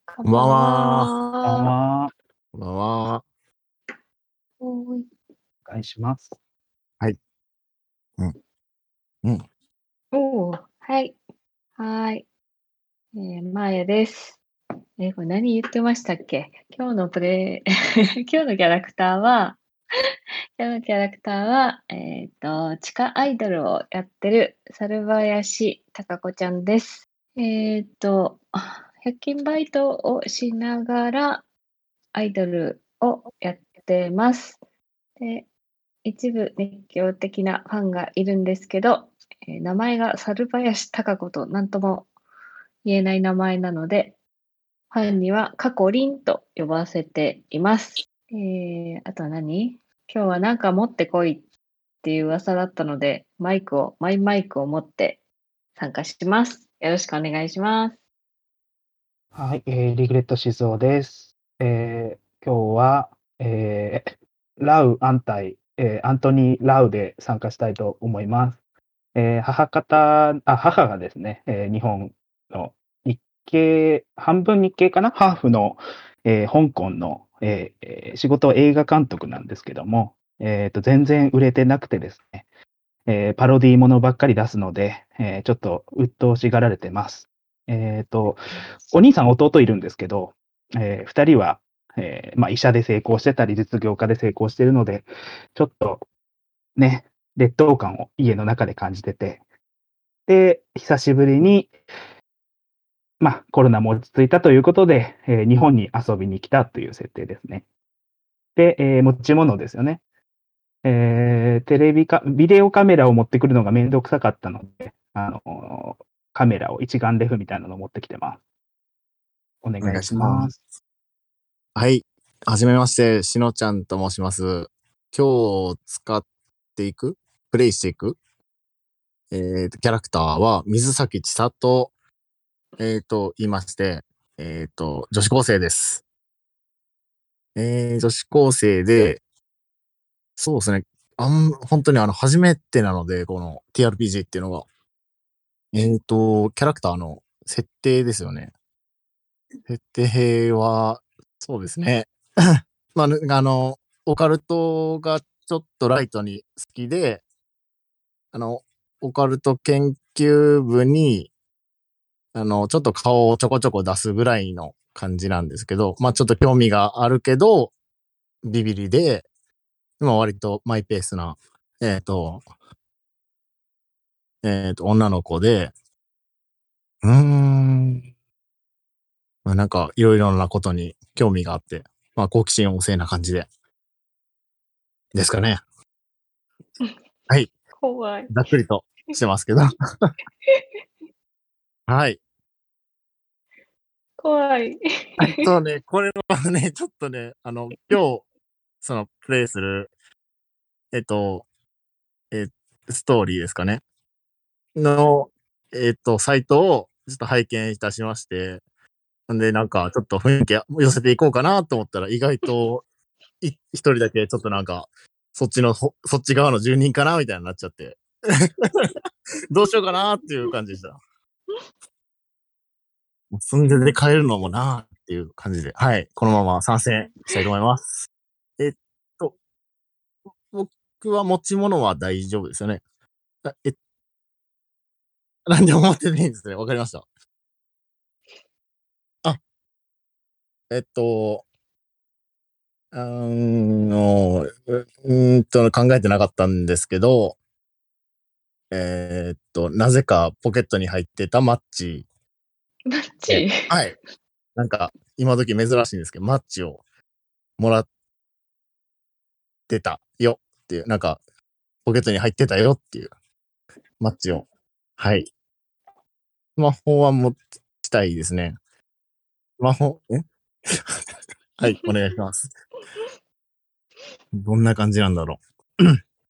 こんばんは。 こんばんは。 こんばんは。 お願いします。 はい。 おー、はい。はい。まやです。これ何言ってましたっけ？今日のプレイ、今日のキャラクターは、地下アイドルをやってる猿林貴子ちゃんです。100均バイトをしながらアイドルをやってます。で、一部熱狂的なファンがいるんですけど、名前が猿林貴子と何とも言えない名前なので、ファンにはカコリンと呼ばせています。あとは何？今日はなんか持ってこいっていう噂だったので、マイクを持って参加します。よろしくお願いします。 はい、リグレット静雄です。今日は、ラウ安泰、アントニー・ラウで参加したいと思います。母がですね、日本の日系、半分日系かな、ハーフの、香港の、仕事映画監督なんですけども、全然売れてなくてですね、パロディーものばっかり出すので、ちょっと鬱陶しがられてます。お兄さん、弟いるんですけど、2人は、医者で成功してたり、実業家で成功しているので、ちょっとね、劣等感を家の中で感じてて、で、久しぶりに、コロナも落ち着いたということで、日本に遊びに来たという設定ですね。で、持ち物ですよね。ビデオカメラを持ってくるのがめんどくさかったので、カメラを一眼レフみたいなのを持ってきてます。お願いします。 はい。はじめまして、しのちゃんと申します。今日プレイしていく、キャラクターは水崎千里、言いまして、女子高生です。女子高生で、そうですね。本当に初めてなので、この TRPG っていうのが。キャラクターの設定ですよね。設定は、そうですね。オカルトがちょっとライトに好きで、オカルト研究部に、ちょっと顔をちょこちょこ出すぐらいの感じなんですけど、ちょっと興味があるけど、ビビリで、割とマイペースな、女の子で、なんか、いろいろなことに興味があって、好奇心旺盛な感じで。ですかね。はい。 怖い。 ざっくりとしてますけど。はい。 怖い。 これはね、ちょっとね、今日、プレイする、えっと、ストーリーですかね。の、サイトをちょっと拝見いたしまして、んで、なんか、ちょっと雰囲気寄せていこうかなと思ったら、意外と、一人だけちょっとなんか、そっち側の住人かなみたいになっちゃって。どうしようかなっていう感じでした。住んでで帰るのもなっていう感じで、はい、このまま参戦したいと思います。えっと、僕は持ち物は大丈夫ですよね。なんでも持ってないんですね。わかりました。あ、えっと、考えてなかったんですけど、なぜかポケットに入ってたマッチ。 マッチ？ はい。なんか、今時珍しいんですけど、マッチをもらってたよっていう、なんか、ポケットに入ってたよっていうマッチを。はい。スマホは持ちたいですね。スマホ、はい、お願いします。どんな感じなんだろう。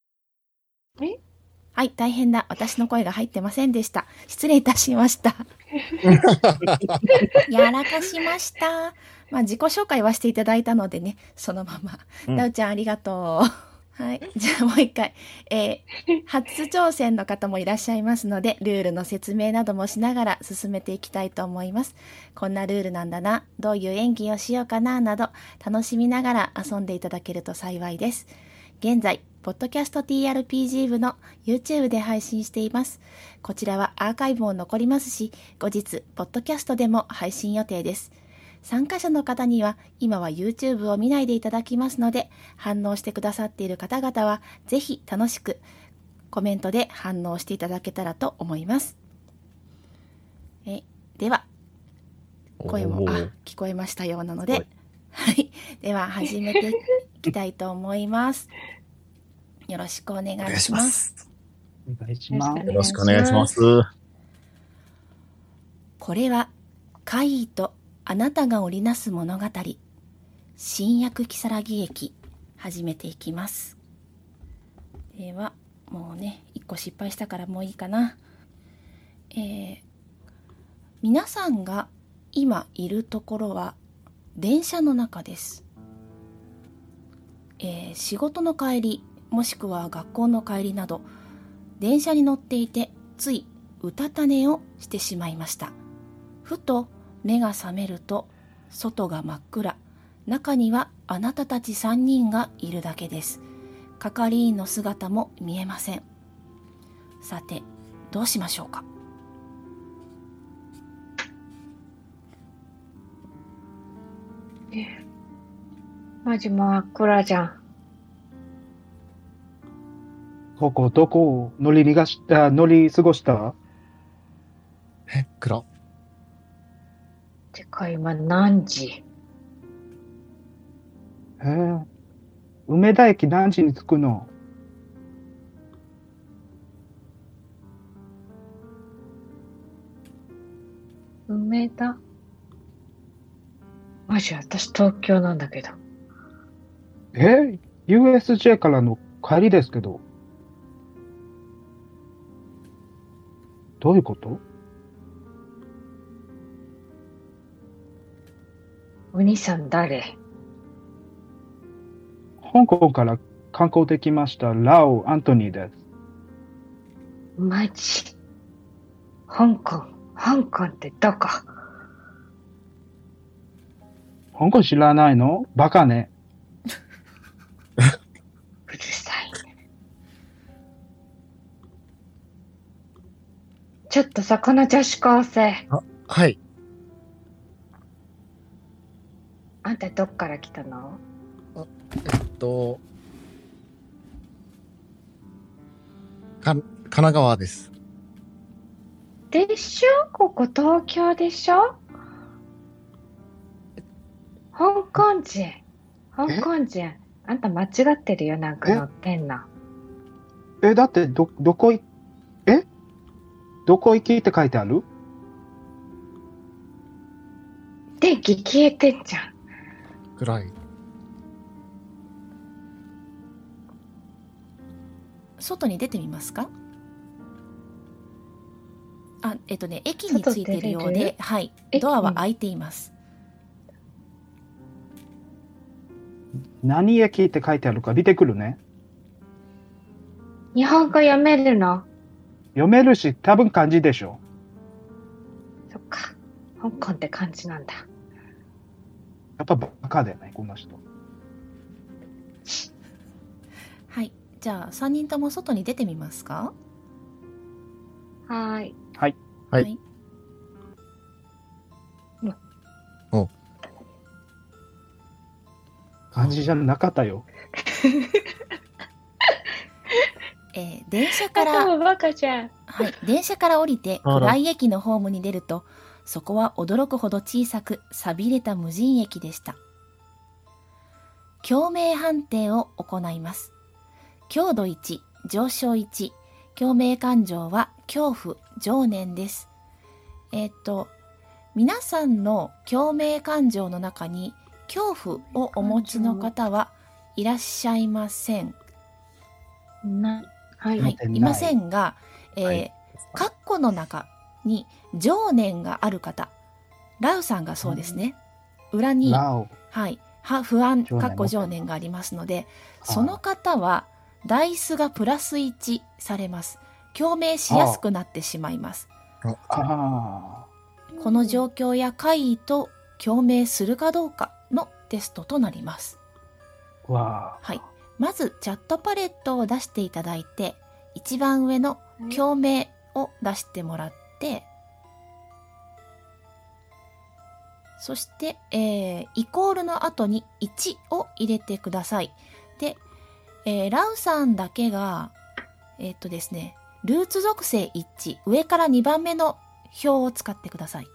はい、大変だ。私の声が入ってませんでした。失礼いたしました。やらかしました。自己紹介はしていただいたのでね、そのまま。ダウちゃんありがとう。 はい。じゃあもう一回。初挑戦の方もいらっしゃいますので、ルールの説明などもしながら進めていきたいと思います。こんなルールなんだな、どういう演技をしようかな、など、楽しみながら遊んでいただけると幸いです。現在、ポッドキャスト TRPG 部の YouTube で配信しています。こちらはアーカイブも残りますし、後日、ポッドキャストでも配信予定です。参加者の方には今は YouTube を見ないでいただきますので、反応してくださっている方々はぜひ楽しくコメントで反応していただけたらと思います。では声も聞こえましたようなので、はい、では始めていきたいと思います。よろしくお願いします。 お願いします。 よろしくお願いします。 これは怪異とあなたが織りなす物語、新薬如月駅、始めていきます。ではもうね、一個失敗したからもういいかな。皆さんが今いるところは電車の中です。仕事の帰りもしくは学校の帰りなど電車に乗っていてついうたた寝をしてしまいました。ふと目が覚めると外が真っ暗、中にはあなたたち3人がいるだけです。係員の姿も見えません。さてどうしましょうか。 マジ真っ暗じゃん。 ここどこ乗り過ごした？ 暗。 てか今何時？ 梅田駅何時に着くの？ 梅田？マジ私東京なんだけど。 USJ からの帰りですけど。どういうこと？ お兄さん誰？ 香港から観光できましたラオ・アントニーです。 マジ？香港ってどこ？ 香港知らないの？バカね。 うるさいね。ちょっとさ、この女子高生。 はい。 あんたどっから来たの？ 神奈川です。 でしょ？ここ東京でしょ？香港人。あんた間違ってるよ、なんか乗ってんの。 だってどこ行きって書いてある？ 電気消えてんじゃん。 暗い。 外に出てみますか？駅についているようで、はい、ドアは開いています。 何駅って書いてあるか見てくるね。 日本語読めるの？ 読めるし、多分漢字でしょ。 そっか。香港って漢字なんだ。 やっぱバカだよね、この人。 はい。じゃあ、3人とも外に出てみますか？ はい。 はい。 はい。お。 漢字じゃなかったよ。 電車から頭バカじゃん。 はい、電車から降りて暗い駅のホームに出ると、そこは驚くほど小さく寂れた無人駅でした。共鳴判定を行います。強度1、上昇1、共鳴感情は恐怖、情念です。皆さんの共鳴感情の中に恐怖をお持ちの方はいらっしゃいません。 はい、 はい、いませんが、括弧の中に情念がある方、ラウさんがそうですね。裏に、はい、 不安、 常念かっこ常念がありますので、その方は、ダイスがプラス1されます。共鳴しやすくなってしまいます。 あこの状況や怪異と共鳴するかどうかのテストとなります。 あ。わはい。まず、チャットパレットを出していただいて、一番上の共鳴を出してもらって、そして、イコールの後に1を入れてください。で、ラウさんだけが、ですね、ルーツ属性1、上から2番目の表を使ってください。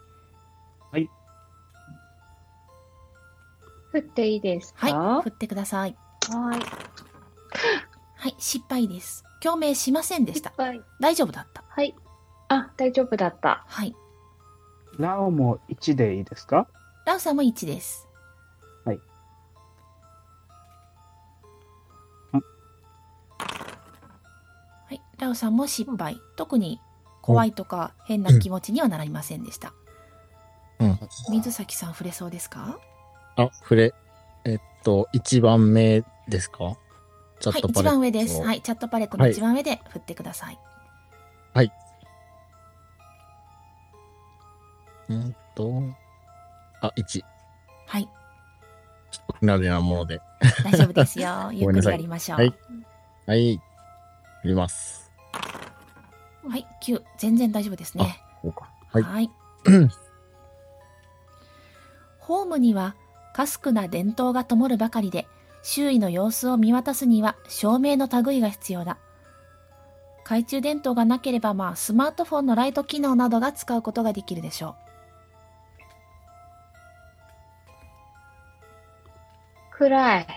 振っていいですか？ はい、振ってください。 はい。 はい、失敗です。共鳴しませんでした。 はい。 大丈夫だった。 はい。あ、大丈夫だった。 はい。 あ。ラオも1でいいですか？ ラウさんも1です。 はい。 はい、ラウさんも失敗。特に怖いとか変な気持ちにはなりませんでした。 うん。 水崎さん触れそうですか？ あ、1番目ですか？チャはい、 ットパレット。 一番上です。はい、チャットパレットの一番上で振ってください。 1。 はい、 不慣れなもので。 大丈夫ですよ。ゆっくりごめんなさいやりましょう。 はいはい。振ります。 はい、9。全然大丈夫ですね。 こうか。はい。 はい。ホームにはかすくな電灯が灯るばかりで、周囲の様子を見渡すには照明の類が必要だ。懐中電灯がなければスマートフォンのライト機能などが使うことができるでしょ暗い。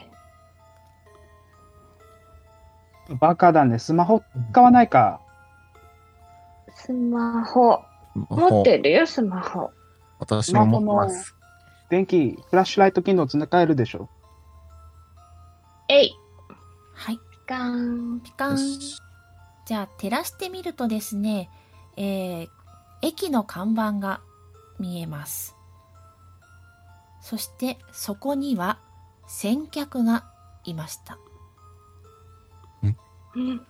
バカだね。スマホ使わないか。 スマホ。持ってるよ、スマホ。 私も持ってます。 電気、フラッシュライト機能使えるでしょ。 えい。 う。はい、 ピカーン。 ピカン。 よしじゃあ照らしてみるとですね、駅の看板が見えます。そしてそこには先客がいました。 うん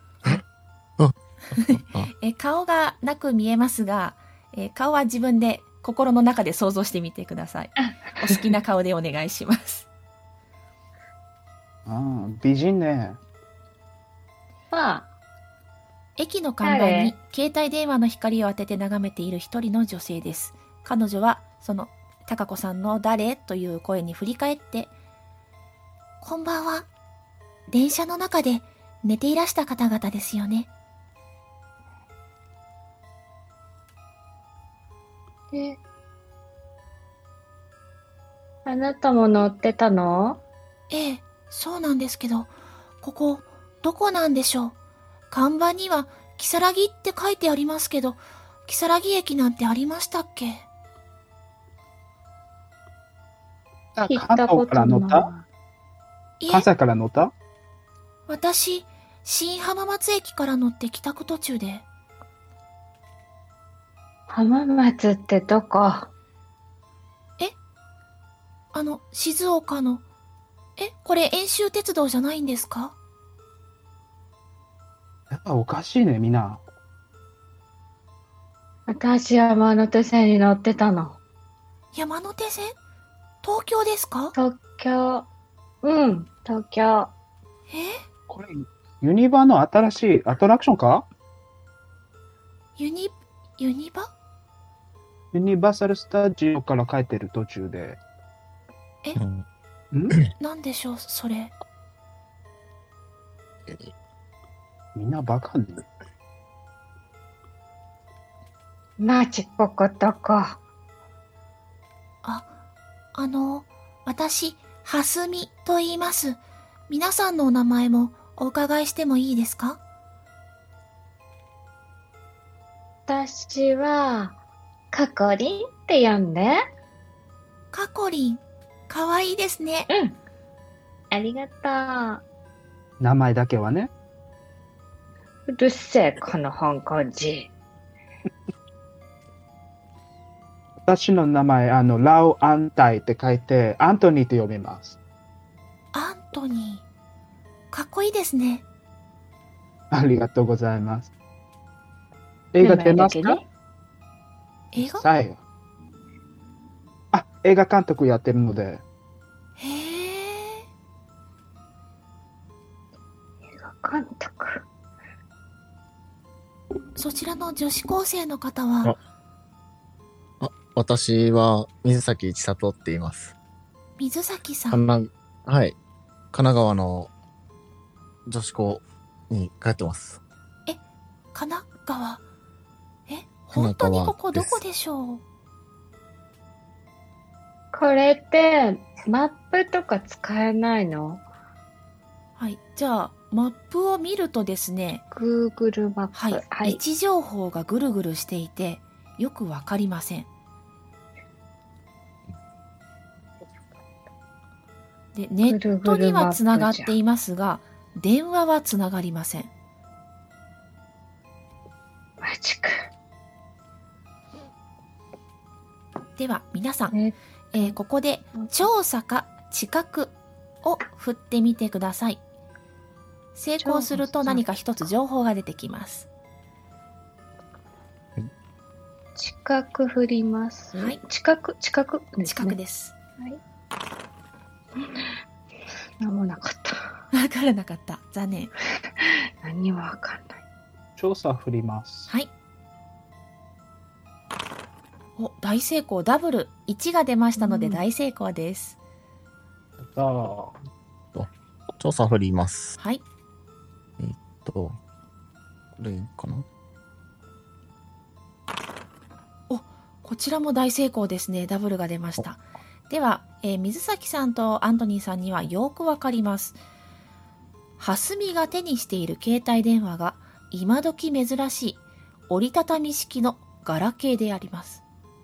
顔がなく見えますが、顔は自分で心の中で想像してみてください。お好きな顔でお願いします。 ああ、美人ね。 まあ、 駅の看板に携帯電話の光を当てて眺めている一人の女性です。彼女はその高子さんの誰という声に振り返って、こんばんは。電車の中で寝ていらした方々ですよね。 で、あなたも乗ってたの？ ええ、そうなんですけど、ここ、どこなんでしょう。看板には、木更木って書いてありますけど、木更木駅なんてありましたっけ？ 聞い関たこと東から乗った？ ないえ、 関西から乗った？ 私、新浜松駅から乗って帰宅途中で。 浜松ってどこ？ 静岡の。これ遠州鉄道じゃないんですか？ やっぱおかしいね、みんな。 私は山手線に乗ってたの。 山手線？東京ですか？ 東京。うん、東京。 これ、ユニバの新しいアトラクションか？ ユニバ？ ユニバーサル・スタジオから帰ってる途中で。 うんんなんでしょう、それ。 みんなバカね。 マジここどこ？ 私、はすみと言います。皆さんのお名前もお伺いしてもいいですか？ 私は、カコリンって呼んで。 カコリン、かわいいですね。 うん。ありがと名前だけはね。 う。うるせえ、この香港人。 私の名前、ラオ・アンタイって書いて、アントニーって呼びます。 当に。かっこいいですね。 ありがとうございます。映画出ますか？ 映画？ 最後。あ、映画監督やってるので。 へえ。 映画監督。 そちらの女子高生の方は、 私は水崎千里って言います。 水崎さん。 はい。神奈川の女子校に通ってます。 神奈川。 神奈川本当にここですどこでしょう？ これってマップとか使えないの？ はい。じゃあ、マップを見るとですね、 Google マップ。 はい。位置情報がぐるぐるしていて、よくわかりません。で、ネットにはつながっていますが、電話はつながりません。 マジか。 では、皆さん、ここで、調査か知覚を振ってみてください。成功すると何か一つ情報が出てきます。 近く振ります。 はい。 近くですね。 近くです。 はい。何もなかった。 わからなかった。残念。 何もわかんない。 調査振ります。 はい。お、大成功。ダブル。1が出ましたので大成功です。 さあ、 調査振ります。 はい。 これいいかな？ こちらも大成功ですね。ダブルが出ました。では、水崎さんとアントニーさんにはよくわかります。蓮見が手にしている携帯電話が今時珍しい折りたたみ式のガラケーであります。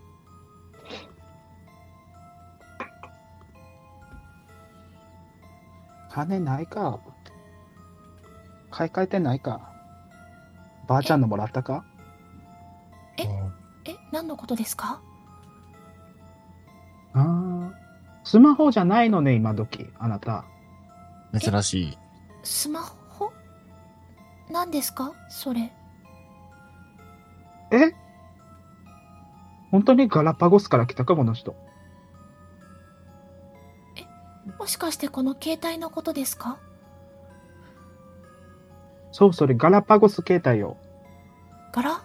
金ないか。買い替えてないか。ばあちゃんのもらったか？ 何のことですか？ スマホじゃないのね、今時、あなた。 珍しい。 スマホ？何ですかそれ。 本当にガラパゴスから来たか、この人。 もしかしてこの携帯のことですか？ そう、それガラパゴス携帯よ。 ガラ？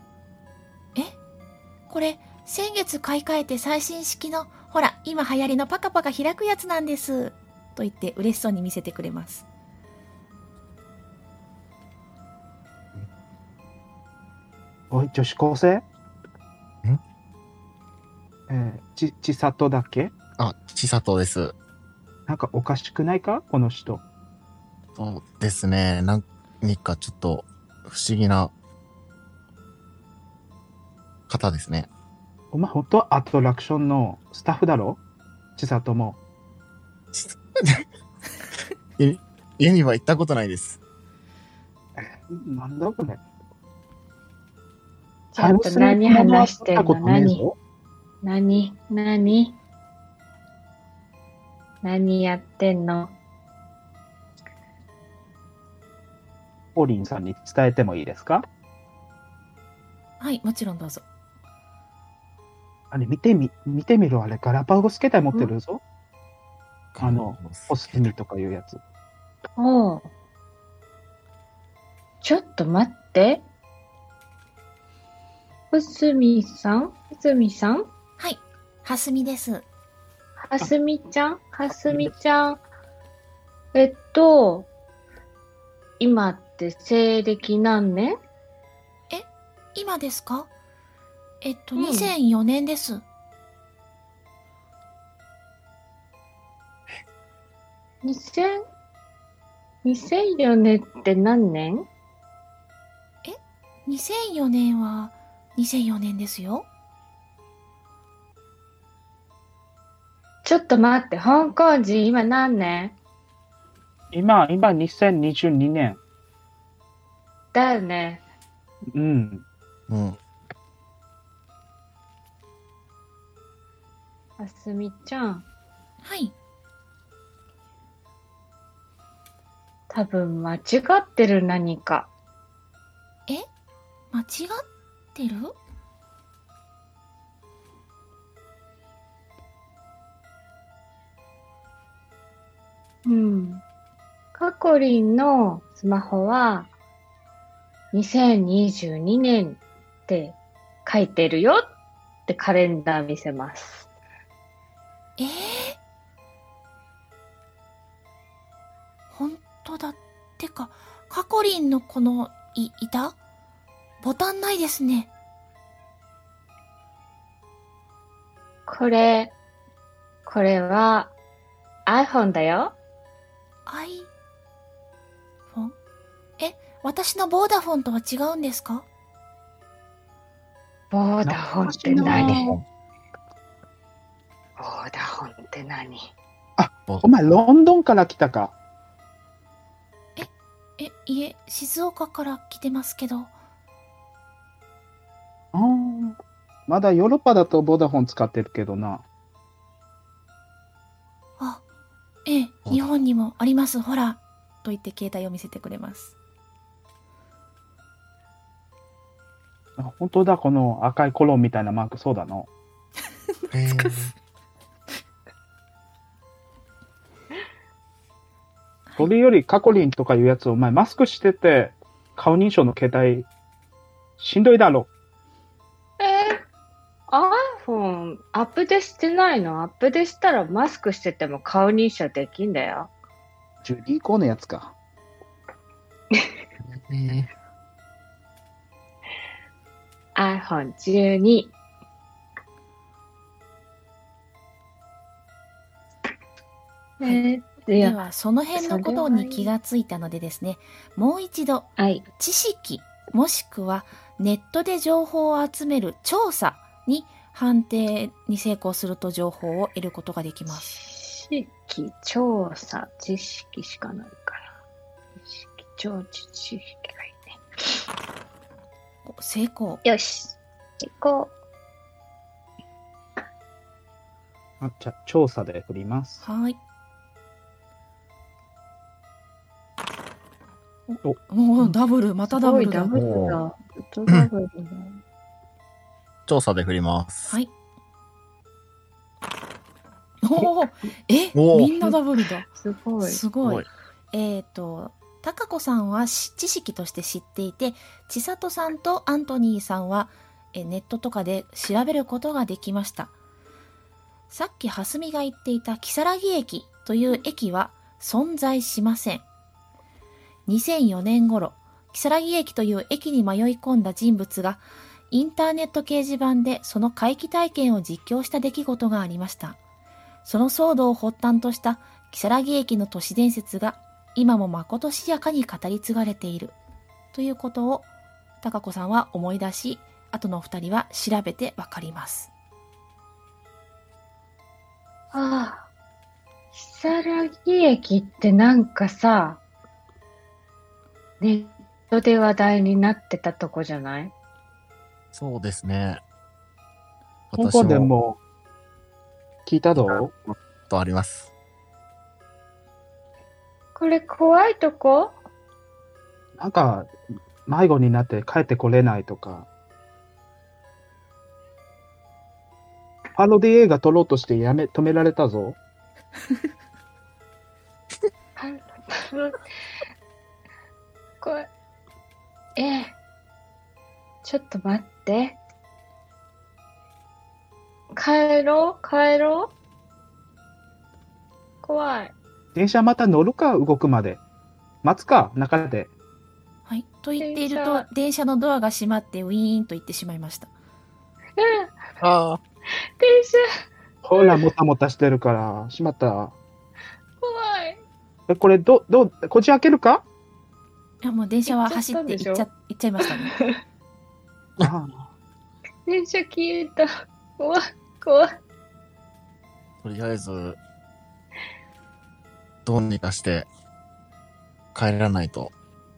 これ、先月買い替えて最新式の、ほら、今流行りのパカパカ開くやつなんです。と言って嬉しそうに見せてくれます。 おい、女子高生？千里だっけ？ 千里です。 なんかおかしくないかこの人。 そうですね。何かちょっと不思議な方ですね。 お前本当アトラクションのスタッフだろ？千里も。 家には行ったことないです。 なんだこれ。 ちょっと何話してんの？何やってんの？ ポーリンさんに伝えてもいいですか？ はい、もちろんどうぞ。 あれ見てみろ、あれガラパゴス携帯持ってるぞ。ホスミとかいうやつ。 おう。ちょっと待って。ふすみさん？ はい、はすみです。 はすみちゃん。今って西暦何年？ 今ですか？2004年です。 2004年って何年 ？2004年は2004年ですよ。 ちょっと待って、香港人今何年？ 今2022年。 だよね。 うん。 あすみちゃん。 はい。 多分間違ってる何か。 間違ってる？ カコリンのスマホは2022年って書いてるよってカレンダー見せます。 本当だ。てか、カコリンのこの板ボタンないですね。 これは iPhone だよ。 iPhone？ 私のボーダフォンとは違うんですか？ ボーダフォンって何？ボーダフォンって何？ お前、ロンドンから来たか。 いえ、静岡から来てますけど。 まだヨーロッパだとボーダフォン使ってるけどな。 日本にもあります、ほら。と言って携帯を見せてくれます。 本当だ、この赤いコロンみたいなマーク、そうだの。それよりカコリンとかいうやつ、お前マスクしてて、顔認証の携帯、しんどいだろ。 iPhone アップデしてないの？アップデしたらマスクしてても顔認証できんだよ。 12以降のやつか。 iPhone 12。 では、その辺のことに気がついたのでですね、もう一度、知識もしくはネットで情報を集める調査に判定に成功すると情報を得ることができます。 知識、調査、知識しかないから。知識がいいね。 成功。 よし。成功。 じゃあ、調査で振ります。 はい。おダブル、またダブルだ。 ダブルだ。ダブルだ。 調査で振ります。 はい。みんなダブルだ。 すごい。 すごい。たかこさんは知識として知っていて、ちさとさんとアントニーさんはネットとかで調べることができました。さっきはすみが言っていた如月駅という駅は存在しません。2004年頃、如月駅という駅に迷い込んだ人物がインターネット掲示板でその回帰体験を実況した出来事がありました。その騒動を発端とした如月駅の都市伝説が今もまことしやかに語り継がれているということをたかこさんは思い出し、あとの二人は調べてわかります。 如月駅ってなんかさ、ネットで話題になってたとこじゃない？ そうですね。 香港でも聞いたぞ。 とあります。 これ怖いとこ？ なんか、迷子になって帰ってこれないとか。パロディ映画撮ろうとして止められたぞ。 これ、ちょっと待って。帰ろう怖い。 電車また乗るか、動くまで。待つか、中で。 はい。と言っていると、電車のドアが閉まってウィーンと言ってしまいました。 電車。 ほら、もたもたしてるから、閉まった。 怖い。 これ、こっち開けるか？ いや、もう電車は走って行っちゃいましたね。 電車消えた。怖い。 とりあえず、どうにかして帰らないと。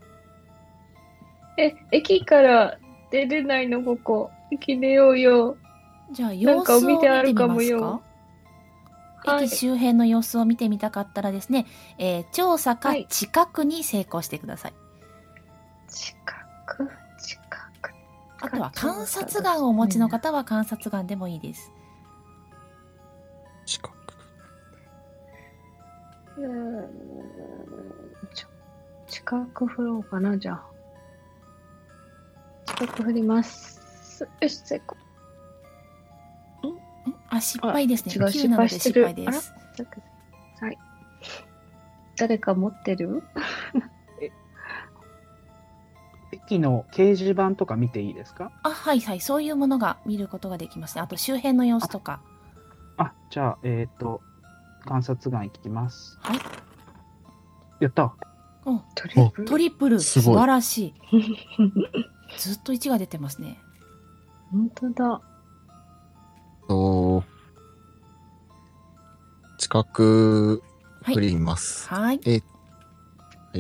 駅から出れないの、ここ。駅出ようよ。 じゃあ、様子を見てみますか？ はい駅周辺の様子を見てみたかったらですね、調査か近くに成功してください。 近く。 あとは観察眼をお持ちの方は観察眼でもいいです。 近く。 近く振ろうかな、じゃあ。近く振ります。よし、成功。 失敗ですね。 違う、 9なので失敗です。 はい。誰か持ってる？ 駅の掲示板とか見ていいですか？ はいはい、そういうものが見ることができますね。あと周辺の様子とか。 じゃあ、観察眼いきます。 はい。 やった。 トリプル、 すごい素晴らしい。ずっと1が出てますね。 本当だ。 近く振ります。 はい。 はい。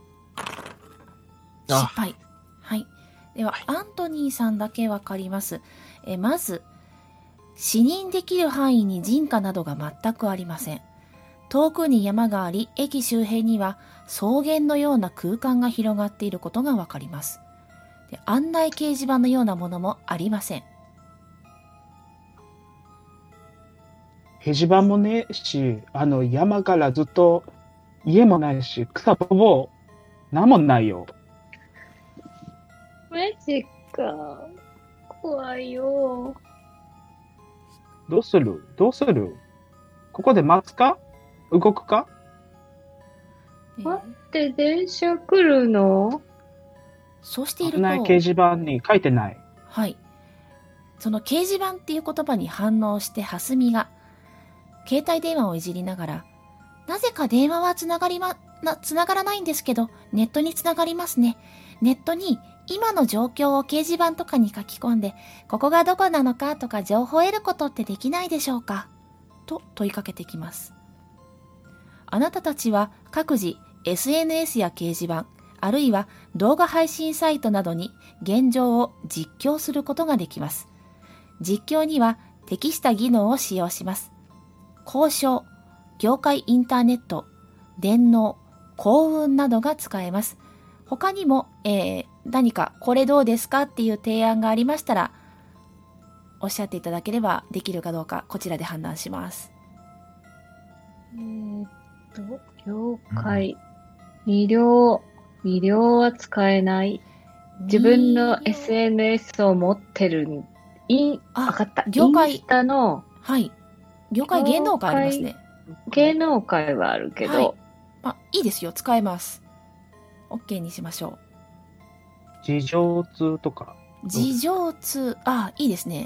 失敗。はい。では、アントニーさんだけわかります。まず、視認できる範囲に人家などが全くありません。遠くに山があり、駅周辺には草原のような空間が広がっていることがわかります。で、案内掲示板のようなものもありません。 掲示板もねえし、山からずっと家もないし、草ぼぼう、なんもないよ。 マジか。怖いよ。 どうするここで待つか動くか？ 待って電車来るの？ そうしていると、 案内掲示板に書いてない。 はい。その掲示板っていう言葉に反応して、蓮見が、携帯電話をいじりながら、なぜか電話はつながらないんですけど、ネットにつながりますね。ネットに今の状況を掲示板とかに書き込んで、ここがどこなのかとか情報を得ることってできないでしょうか？と問いかけてきます。あなたたちは各自 SNS や掲示板、あるいは動画配信サイトなどに現状を実況することができます。実況には適した技能を使用します。交渉、業界インターネット、電脳、幸運などが使えます。他にも、何かこれどうですかっていう提案がありましたら、おっしゃっていただければできるかどうかこちらで判断します。 業界、未了は使えない。自分の SNS を持ってる。わかった。 業界インスタの、 はい。業界芸能界ありますね。 芸能界はあるけど、 はい、いいですよ。使えます。OK にしましょう。 事情通とか。 事情通、いいですね。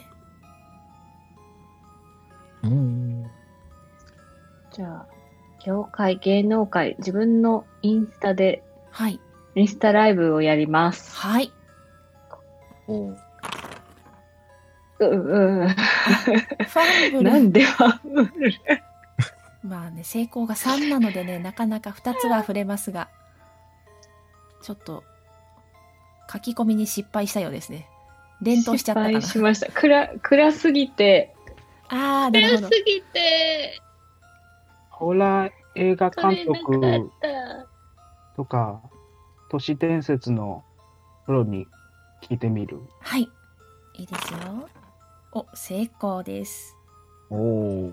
じゃあ、業界、芸能界、自分のインスタで、 はい。 インスタライブをやります。 はい。 ファンブル。 なんでファンブル？ まあね、成功が3なのでね、なかなか2つは触れますが、ちょっと、書き込みに失敗したようですね。連投しちゃったかな。 失敗しました。暗すぎて。 なるほど。 暗すぎて。 ホラー映画監督とか、都市伝説のプロに聞いてみる。 はい。いいですよ。成功です。はい。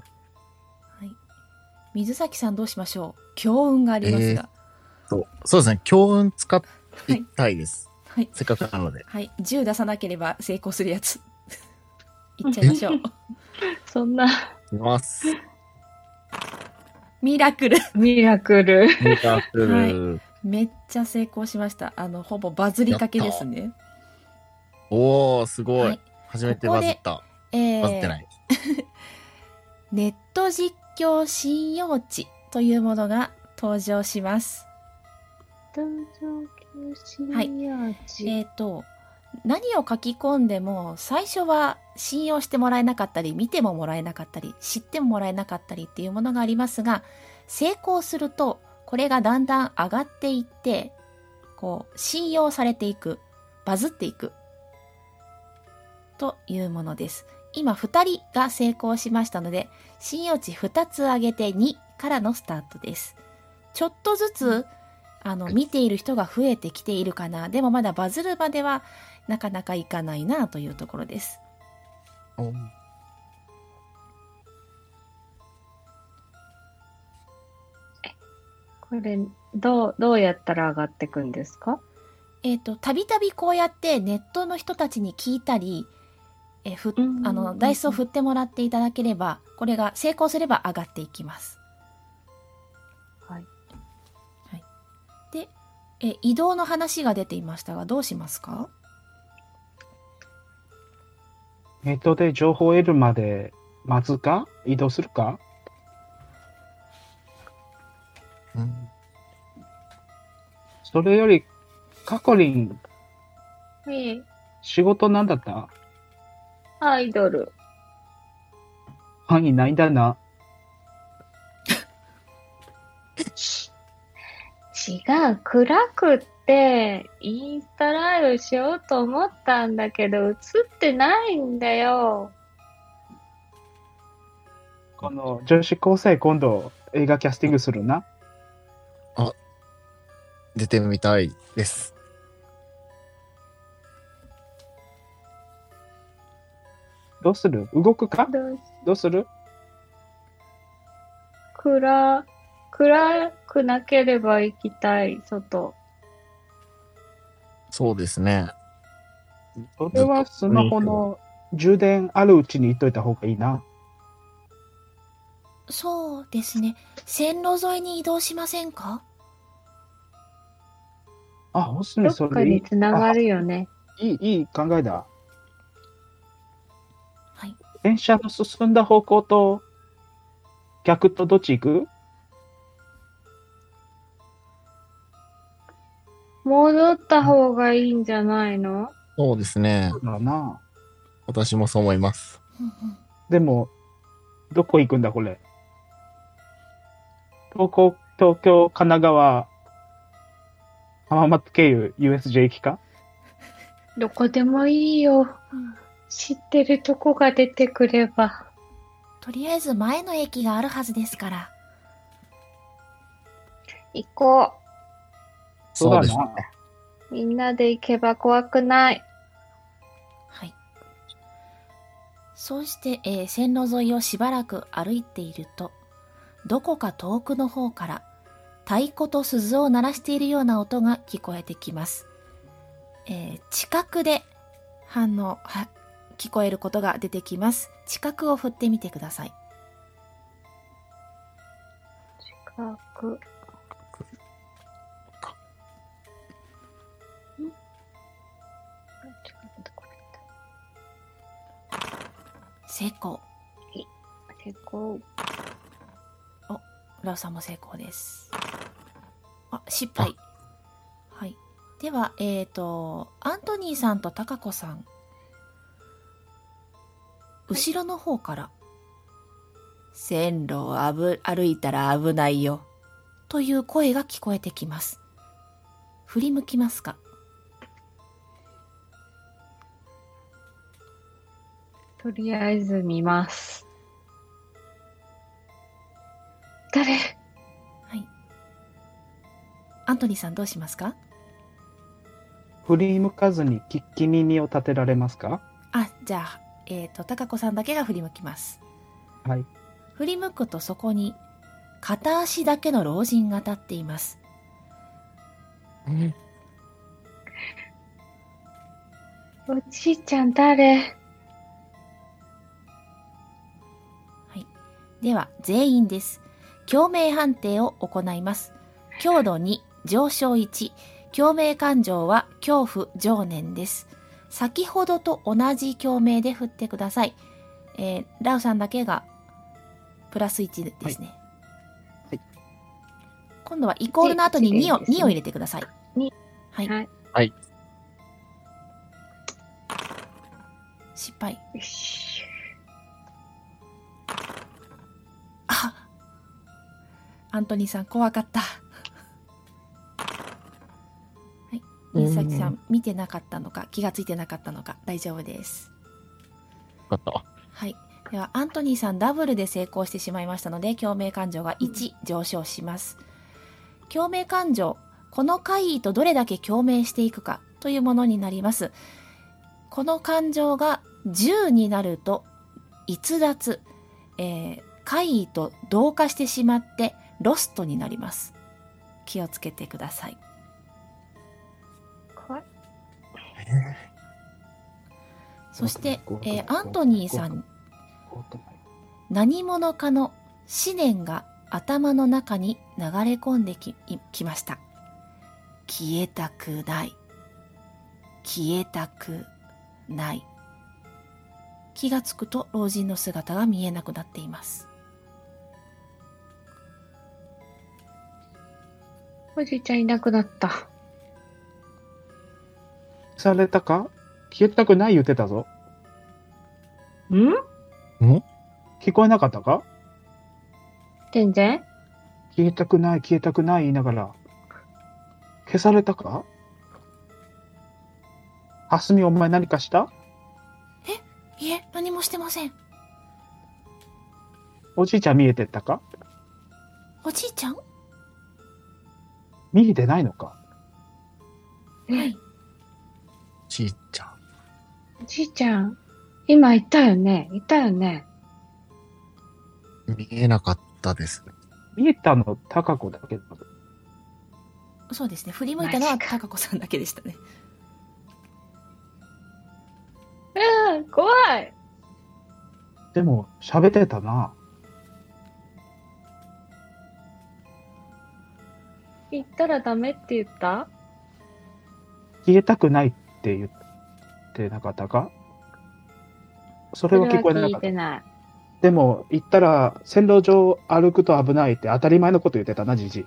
水崎さんどうしましょう？強運がありますが。 そうですね。強運使いたいです。 はい。 せっかくなので。 はい。10出さなければ成功するやつ。いっちゃいましょう。 そんな。 いきます。 ミラクル。はい。めっちゃ成功しました。ほぼバズりかけですね。 すごい。はい、初めてバズった。バズってない。 ネット実況信用値というものが登場します。はい。何を書き込んでも最初は信用してもらえなかったり、見てももらえなかったり、知ってももらえなかったりっていうものがありますが、成功するとこれがだんだん上がっていって、信用されていく、バズっていくというものです。 今2人が成功しましたので、信用値2つ上げて2からのスタートです。ちょっとずつ、見ている人が増えてきているかな。でもまだバズるまではなかなかいかないなというところです。 これ、どうやったら上がってくんですか？ たびたびこうやってネットの人たちに聞いたり、ダイスを振ってもらっていただければ、これが成功すれば上がっていきます。 はい。 はい。で、移動の話が出ていましたが、どうしますか？ ネットで情報を得るまで待つか移動するか。それより、カコリン、仕事なんだった？ アイドル。 範囲ないんだな。 違う、暗くって、インスタライブしようと思ったんだけど、映ってないんだよ。 この女子高生今度映画キャスティングするな。 出てみたいです。 どうする？動くか？どうする？ 暗くなければ行きたい、外。 そうですね。 それはスマホの充電あるうちに言っといた方がいいな。 そうですね。線路沿いに移動しませんか？ おすすめそどっかれいい。 につながるよね。 いい考えだ。 はい。 電車の進んだ方向と逆とどっち行く？ 戻った方がいいんじゃないの？ そうですね。 そうだな。 私もそう思います。 でも、どこ行くんだこれ。東京、神奈川、浜松経由 USJ 行きか？ どこでもいいよ。知ってるとこが出てくれば。 とりあえず前の駅があるはずですから。 行こそうですね。 う。みんなで行けば怖くない。 はい。そうして、線路沿いをしばらく歩いていると、どこか遠くの方から太鼓と鈴を鳴らしているような音が聞こえてきます。近くで聞こえることが出てきます。近くを振ってみてください。 近く。 成功。 成功。 ラウさんも成功です。失敗。はい。では、アントニーさんとタカコさん。後ろの方から、線路を歩いたら危ないよ。という声が聞こえてきます。振り向きますか？ とりあえず見ます。誰？ はい。アントニーさんどうしますか？ 振り向かずに聞き耳を立てられますか？ じゃあ、タカコさんだけが振り向きます。 はい。 振り向くとそこに片足だけの老人が立っています。 おじいちゃん誰？ はい。では、全員です。共鳴判定を行います。強度2、上昇1、共鳴感情は恐怖、情念です。先ほどと同じ共鳴で振ってください。ラウさんだけがプラス1ですね。 はい。 今度はイコールの後に2を入れてください。 2。 はい。 はい。 失敗。 よし。 アントニーさん怖かった。はい。水崎さん見てなかったのか気がついてなかったのか大丈夫です。 よかった。 はい。では、アントニーさんダブルで成功してしまいましたので、共鳴感情が1上昇します。共鳴感情、この怪異とどれだけ共鳴していくかというものになります。この感情が10になると、逸脱、怪異と同化してしまってロストになります。気をつけてください。 怖い。 そして、アントニーさん、何者かの思念が頭の中に流れ込んできました。消えたくない。消えたくない。気がつくと老人の姿が見えなくなっています。 おじいちゃんいなくなった。 されたか？消えたくない言ってたぞ。聞こえなかったか？ 全然消えたくない、消えたくない言いながら、消されたか？はすみ、お前何かした？ いえ、何もしてません。 おじいちゃん見えてったか？ おじいちゃん？ 見えてないのか？ はい。 ちいちゃん。 おじいちゃん、今いたよね。いたよね。 見えなかったですね。 見えたの、高子だけだ。 そうですね。振り向いたのはマジか高子さんだけでしたね。 怖い。 でも、喋ってたな。 行ったらダメって言った？ 消えたくないって言ってなかったか？それは聞こえなかったそれは聞いて。ない。 でも、行ったら、線路上歩くと危ないって当たり前のこと言ってたな、じじ。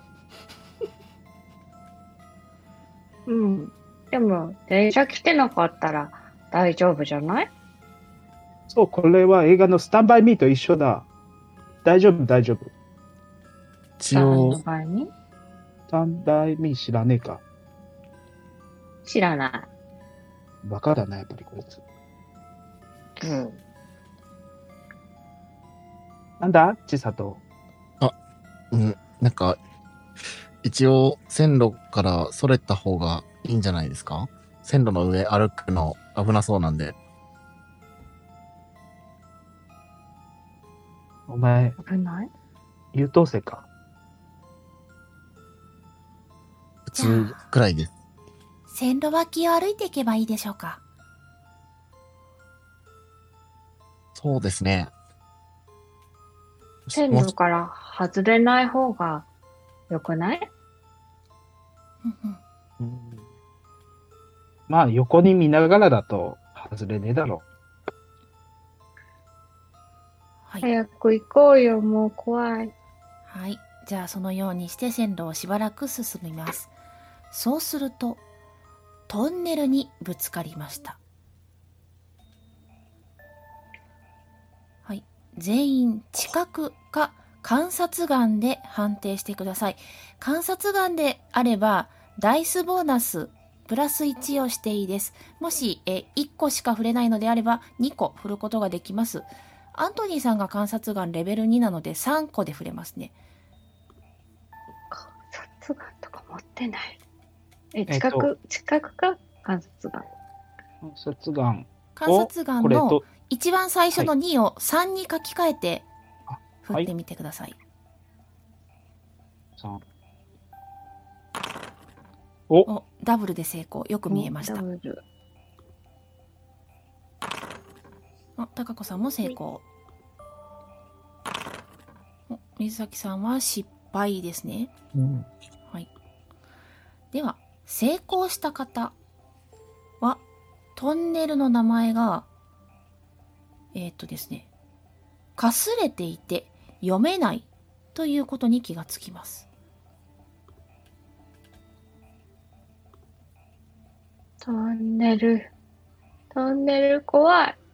うん。でも、電車来てなかったら大丈夫じゃない？ そう、これは映画のスタンバイミーと一緒だ。大丈夫、大丈夫。 一応の、場合にスタンバイミー知らねえか。 知らなバカだな、やっぱりこいつ。 い。うん。 なんだちさと。 なんか、一応線路からそれた方がいいんじゃないですか？線路の上歩くの危なそうなんで。 お前、 危ない？ 優等生か。 普通くらいです。 線路脇を歩いていけばいいでしょうか。 そうですね。 線路から外れない方が良くない？ うんうん。 まあ、横に見ながらだと外れねえだろはい。 早く行こうよ、もう怖い。 はい。じゃあそのようにして線路をしばらく進みます。そうすると、トンネルにぶつかりました。はい。全員知覚か観察眼で判定してください。観察眼であれば、ダイスボーナスプラス1をしていいです。もし1個しか振れないのであれば2個振ることができます。アントニーさんが観察眼レベル2なので3個で振れますね。 観察眼とか持ってない。知覚か観察眼。 観察眼。 観察眼のこれと、 一番最初の2を3に書き換えてあ振ってみてください。 3。お、 ダブルで成功。よく見えました。 ダブル。 高子さんも成功。水崎さんは失敗ですね。はい。では、成功した方は、トンネルの名前が、ですね、かすれていて読めないということに気がつきます。 トンネル怖い。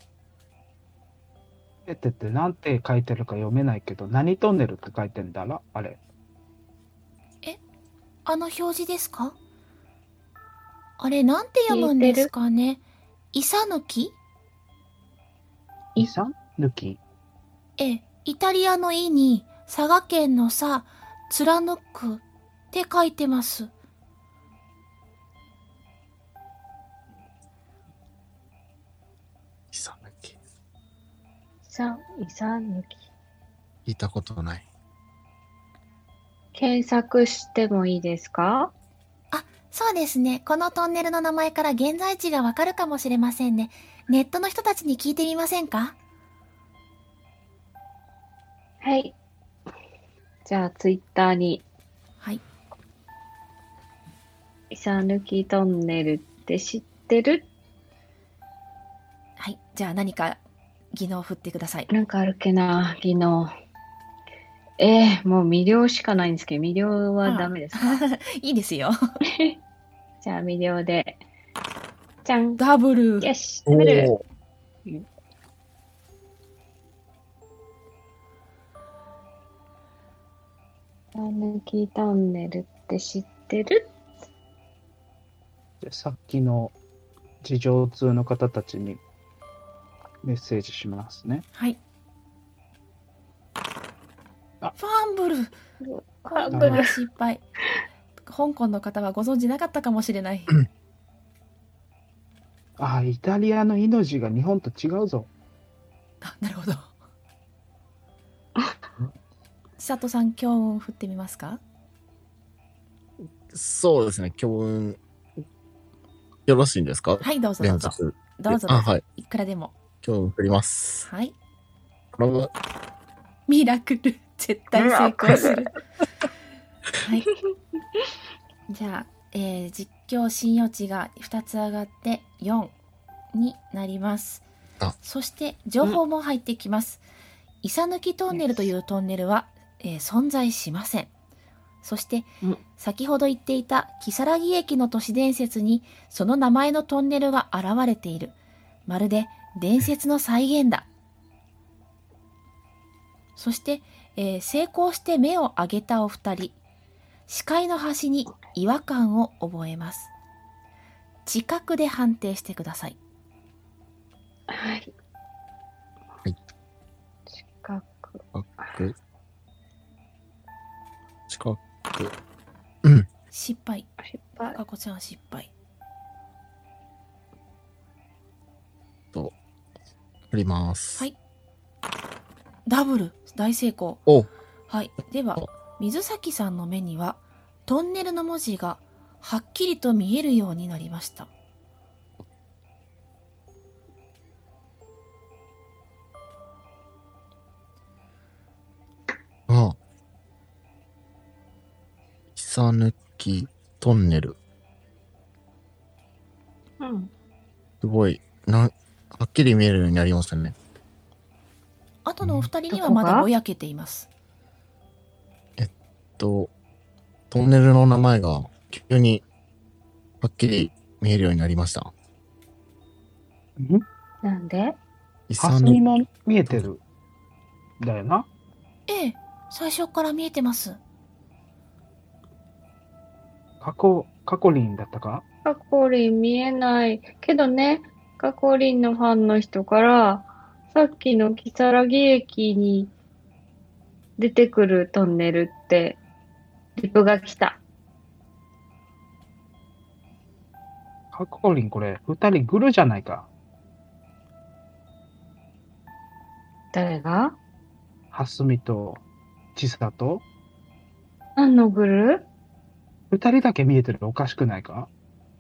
ってなんて書いてるか読めないけど、何トンネルって書いてんだろあれ。 あの表示ですか？あれ、なんて読むんですかね？イサヌキ？ イサ抜き。 イタリアのイに佐賀県のさ、貫くって書いてます。 イサ抜き。 イサ抜き。 聞いたことない。 検索してもいいですか？ そうですね。このトンネルの名前から現在地がわかるかもしれませんね。ネットの人たちに聞いてみませんか？ はい。じゃあ、ツイッターに、 はい。 イサ抜きトンネルって知ってる？ はい。じゃあ何か技能を振ってください。 なんかあるっけな、技能。もう魅了しかないんですけど、魅了はダメですか？ いいですよ。 じゃあ、魅了で。じゃん。 ダブル。 よし、食べる。 おーイサ抜きトンネルって知ってる？ でさっきの事情通の方たちにメッセージしますね。 はい。 あファンブル。今度は失敗。香港の方はご存知なかったかもしれない。 イタリアの命が日本と違うぞ。 なるほど。千里さん、強運振ってみますか？ そうですね、強運。よろしいんですか？ はい、どうぞどうぞ。 連続。 どうぞ。 はい。 いくらでも。 強運振ります。 はい。 これはミラクル。絶対成功する。はい。じゃあ、実況信用値が2つ上がって4になります。そして情報も入ってきます。イサ抜きトンネルというトンネルは、存在しません。そして、先ほど言っていた木更木駅の都市伝説にその名前のトンネルが現れている。まるで伝説の再現だ。そして、成功して目を上げたお二人。視界の端に違和感を覚えます。知覚で判定してください。 はい。 はい。 知覚。 失敗。か失敗。 こちゃん失敗。 振ります。 はい。ダブル。大成功。 おはい。では、水崎さんの目には、トンネルの文字がはっきりと見えるようになりました。 イサ抜きトンネル。すごい、はっきり見えるようになりましたね。 あとのお二人にはまだぼやけています。 トンネルの名前が急にはっきり見えるようになりました。 なんで？ 霞も見えてる。だよな。 ええ、最初から見えてます。 カコリンだったか？ カコリン見えないけどね、カコリンのファンの人から、さっきの木更木駅に出てくるトンネルってリプが来た。 カコリンこれ2人グルじゃないか。 誰が？ 蓮見と千里。 何のグル ？2人だけ見えてる。おかしくないか？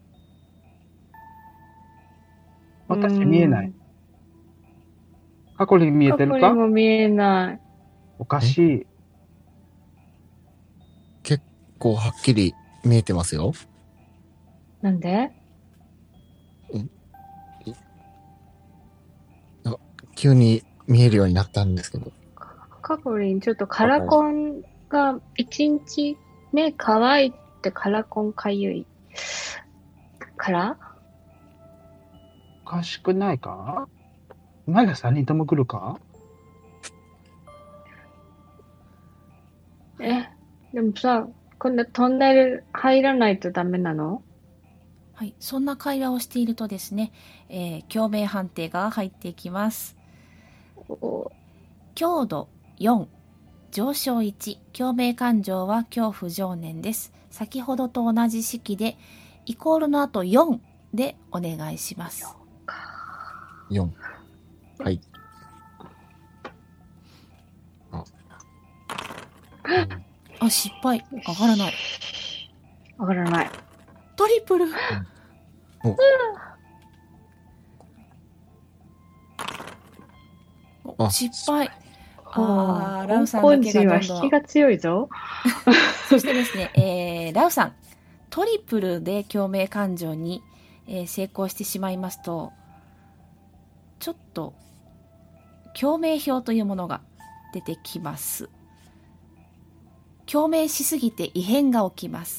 私見えない。カコリン見えてるか？ カコリンも見えない。 おかしい。 結構はっきり見えてますよ。 なんで？ 急に見えるようになったんですけど。 カコリンちょっとカラコンが一日目乾いてカラコンかゆいからおかしくないか？まだ3人とも来るか？ でもさ、こんなトンネル入らないとダメなの？ はい、そんな会話をしているとですね、共鳴判定が入っていきます。 お強度4、上昇1、共鳴感情は恐怖情念です。先ほどと同じ式で、イコールの後4でお願いします。 4。はい。 失敗。上がらない。 上がらない。 トリプル。失敗。ラウさんだけがどんどん。 香港人は引きが強いぞ。 そしてですね、ラウさん、トリプルで共鳴感情に、成功してしまいますと、ちょっと共鳴表というものが出てきます。共鳴しすぎて異変が起きます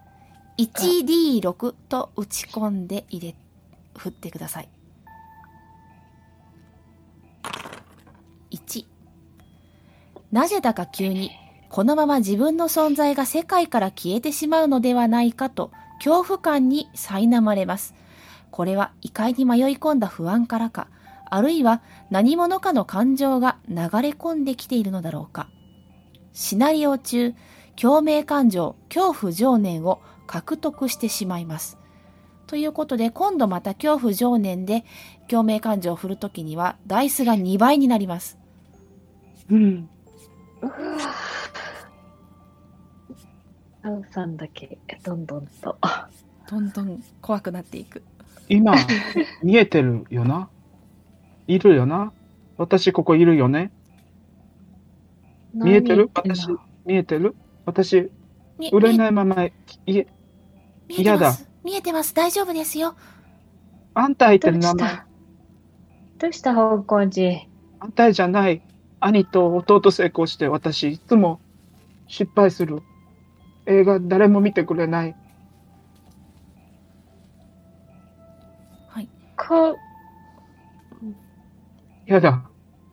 。1D6 と打ち込んで振ってください。1。なぜだか急にこのまま自分の存在が世界から消えてしまうのではないかと恐怖感に苛まれます。これは異界に迷い込んだ不安からか、あるいは何者かの感情が流れ込んできているのだろうか。シナリオ中、共鳴感情、恐怖情念を獲得してしまいます。ということで、今度また恐怖情念で共鳴感情を振るときには、ダイスが2倍になります。 うん。ラウさんだけどんどんと。 どんどん怖くなっていく。 今、見えてるよな？いるよな？私ここいるよね？見えてる？私、見えてる？私、売れないまま、嫌だ。 見えてます。大丈夫ですよ。 あんた入ってる名前。 どうした香港人。 あんたじゃない。兄と弟成功して私いつも失敗する。映画誰も見てくれない。 はい。 やだ。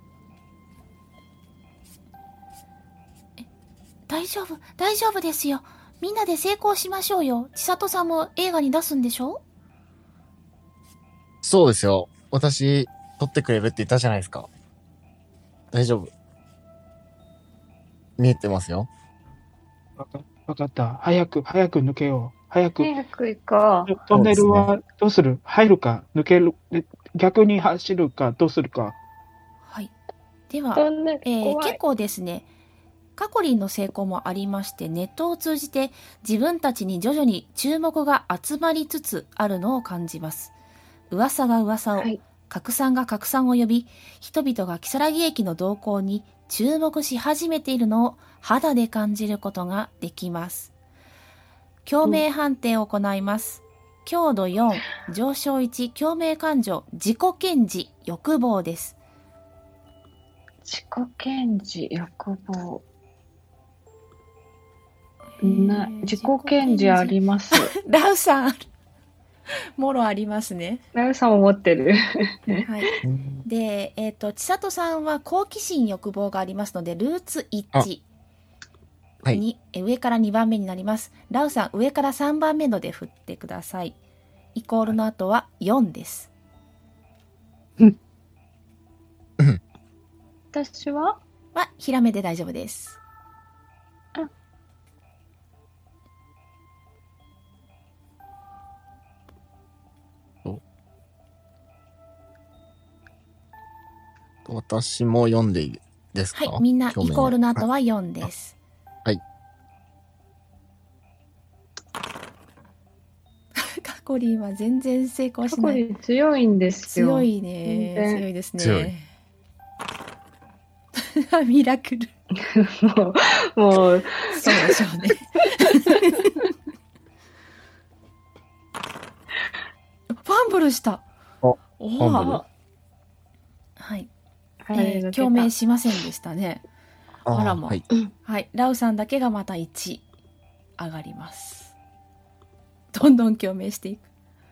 大丈夫ですよ。みんなで成功しましょうよ。千里さんも映画に出すんでしょ？ そうですよ。私、撮ってくれるって言ったじゃないですか。大丈夫。見えてますよ。 わかった。早く抜けよう。早く行こう。 トンネルはどうする？入るか抜ける？逆に走るかどうするか。 はい。では、結構ですね、カコリンの成功もありまして、ネットを通じて自分たちに徐々に注目が集まりつつあるのを感じます。噂が噂を、拡散が拡散を呼び、人々が如月駅の動向に注目し始めているのを肌で感じることができます。共鳴判定を行います。強度4、上昇1、共鳴感情、自己顕示、欲望です。 自己顕示、欲望。自己顕示あります。 ラウさん、もろありますね。 ラウさんも持ってる。 はい。で、千里さんは好奇心欲望がありますので、ルーツ1。 はい、 上から2番目になります。ラウさん、上から3番目ので振ってください。イコールの後は4です。 私はひらめで大丈夫です。 私も4でいいですか？ はい、みんなイコールの後は4です。 はい。 カコリンは全然成功しない。 カコリン強いんですよ。 強いね。強いですね。ミラクル。 もうそうでしょうね。ファンブルした。 ファンブル。 はい。共鳴しませんでしたね。あらま。はい。ラウさんだけがまた1上がります。どんどん共鳴していく。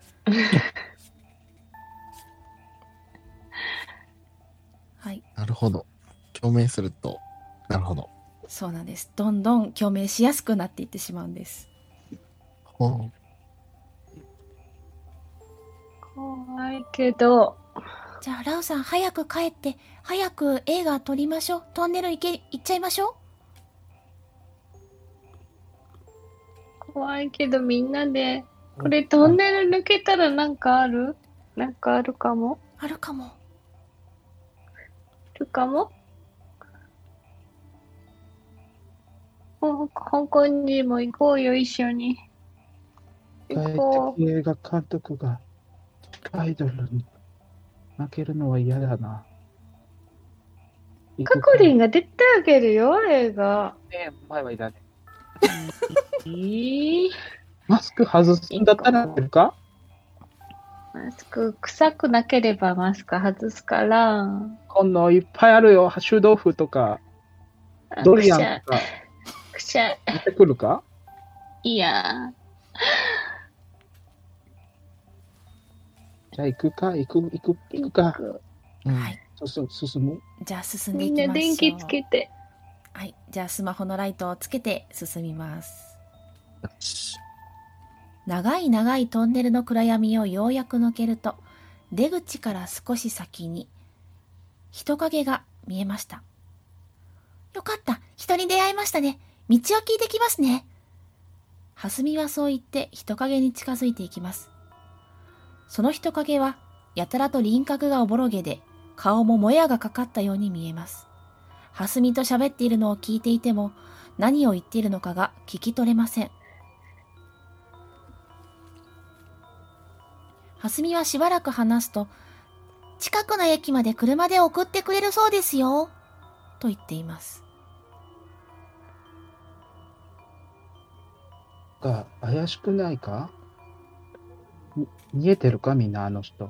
はい。 なるほど。共鳴すると、なるほど。 そうなんです。どんどん共鳴しやすくなっていってしまうんです。 怖いけど。 じゃあ、ラウさん、早く帰って、早く映画撮りましょう。トンネル行っちゃいましょう。 怖いけどみんなで、これトンネル抜けたらなんかあるかもあるかも。 香港にも行こうよ、一緒に。行こう。 映画監督がアイドルに負けるのは嫌だな。 カコリンが出てあげるよ、映画。 前はいらね。 いいマスク外すんだったら出るか？ マスク、臭くなければマスク外すから。 こんのいっぱいあるよ。臭豆腐とか、ドリアンとか。 くしゃい。 出てくるか？ いや。 じゃあ行くか。行くか。 はい。 進む。 じゃあ進んでみんないきましょう。 電気つけて。 はい。じゃあスマホのライトをつけて進みます。 よし。 長い長いトンネルの暗闇をようやく抜けると、出口から少し先に人影が見えました。よかった。人に出会いましたね。道を聞いてきますね。蓮見はそう言って人影に近づいていきます。その人影はやたらと輪郭がおぼろげで、顔ももやがかかったように見えます。蓮見と喋っているのを聞いていても、何を言っているのかが聞き取れません。蓮見はしばらく話すと、近くの駅まで車で送ってくれるそうですよ、と言っています。 怪しくないか？見えてるかみんなあの人。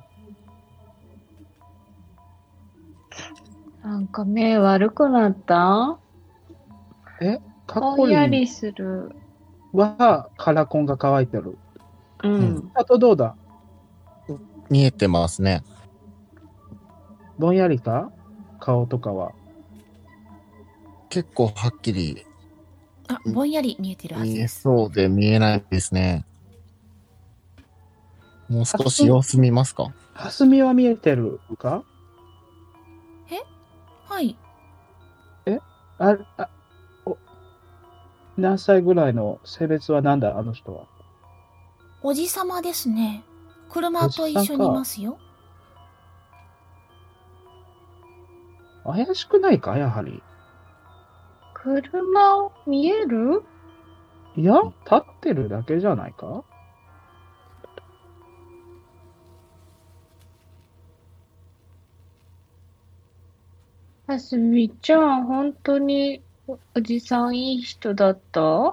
なんか目悪くなった？ぼんやりする。 はカラコンが乾いてる。あとどうだ？ 見えてますね。 ぼんやりか？顔とかは。 結構はっきりぼんやり見えてるはず見えです。 そうで見えないですね。もう少し様子見ますか？ 蓮見は見えてるか？ はい。 何歳ぐらいの性別は何だあの人は。 おじさまですね。車と一緒にいますよ。 怪しくないかやはり。 車見える？ いや、立ってるだけじゃないか？ はすみちゃん、本当におじさんいい人だった？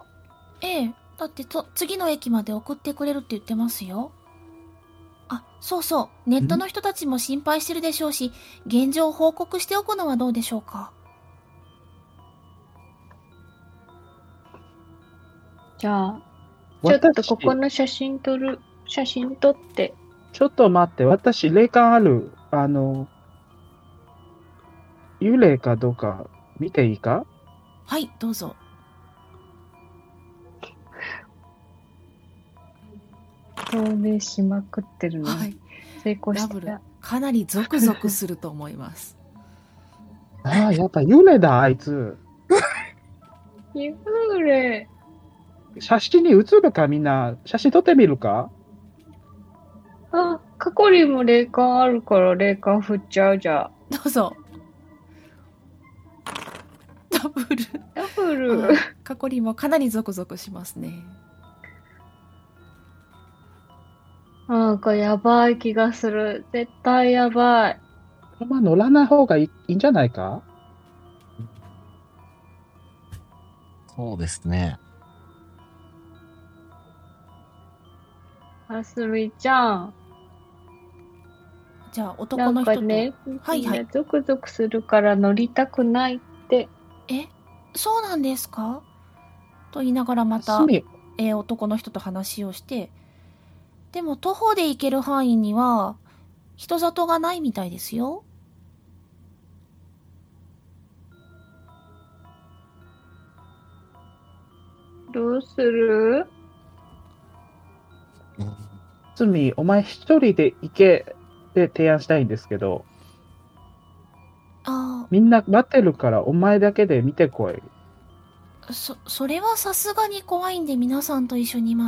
ええ、だって次の駅まで送ってくれるって言ってますよ。あ、そうそう、ネットの人たちも心配してるでしょうし、現状を報告しておくのはどうでしょうか。 じゃあ、ちょっとここの写真撮って。 ちょっと待って、私、霊感ある。幽霊かどうか見ていいか？ はい、どうぞ。 透明しまくってるのに、 はい、 成功した。 ダブル、かなりゾクゾクすると思います。 ああ、やっぱ幽霊だ、あいつ。 幽霊。 写真に写るか、みんな。写真撮ってみるか？ あ、カコリンも霊感あるから霊感振っちゃうじゃん。 どうぞ。ダブル。カコリンもかなりゾクゾクしますね。 なんかやばい気がする。絶対やばい。 車乗らない方がいいんじゃないか？ そうですね。 はすみちゃん。 じゃあ男の人と。 なんかね、 はいはい。 ゾクゾクするから乗りたくないって。 そうなんですか？と言いながらまた、男の人と話をして、でも徒歩で行ける範囲には人里がないみたいですよ。 どうする？ つみ、お前一人で行けって提案したいんですけど。 みんな待ってるからお前だけで見てこい。 それはさすがに怖いんで皆さんと一緒にいます。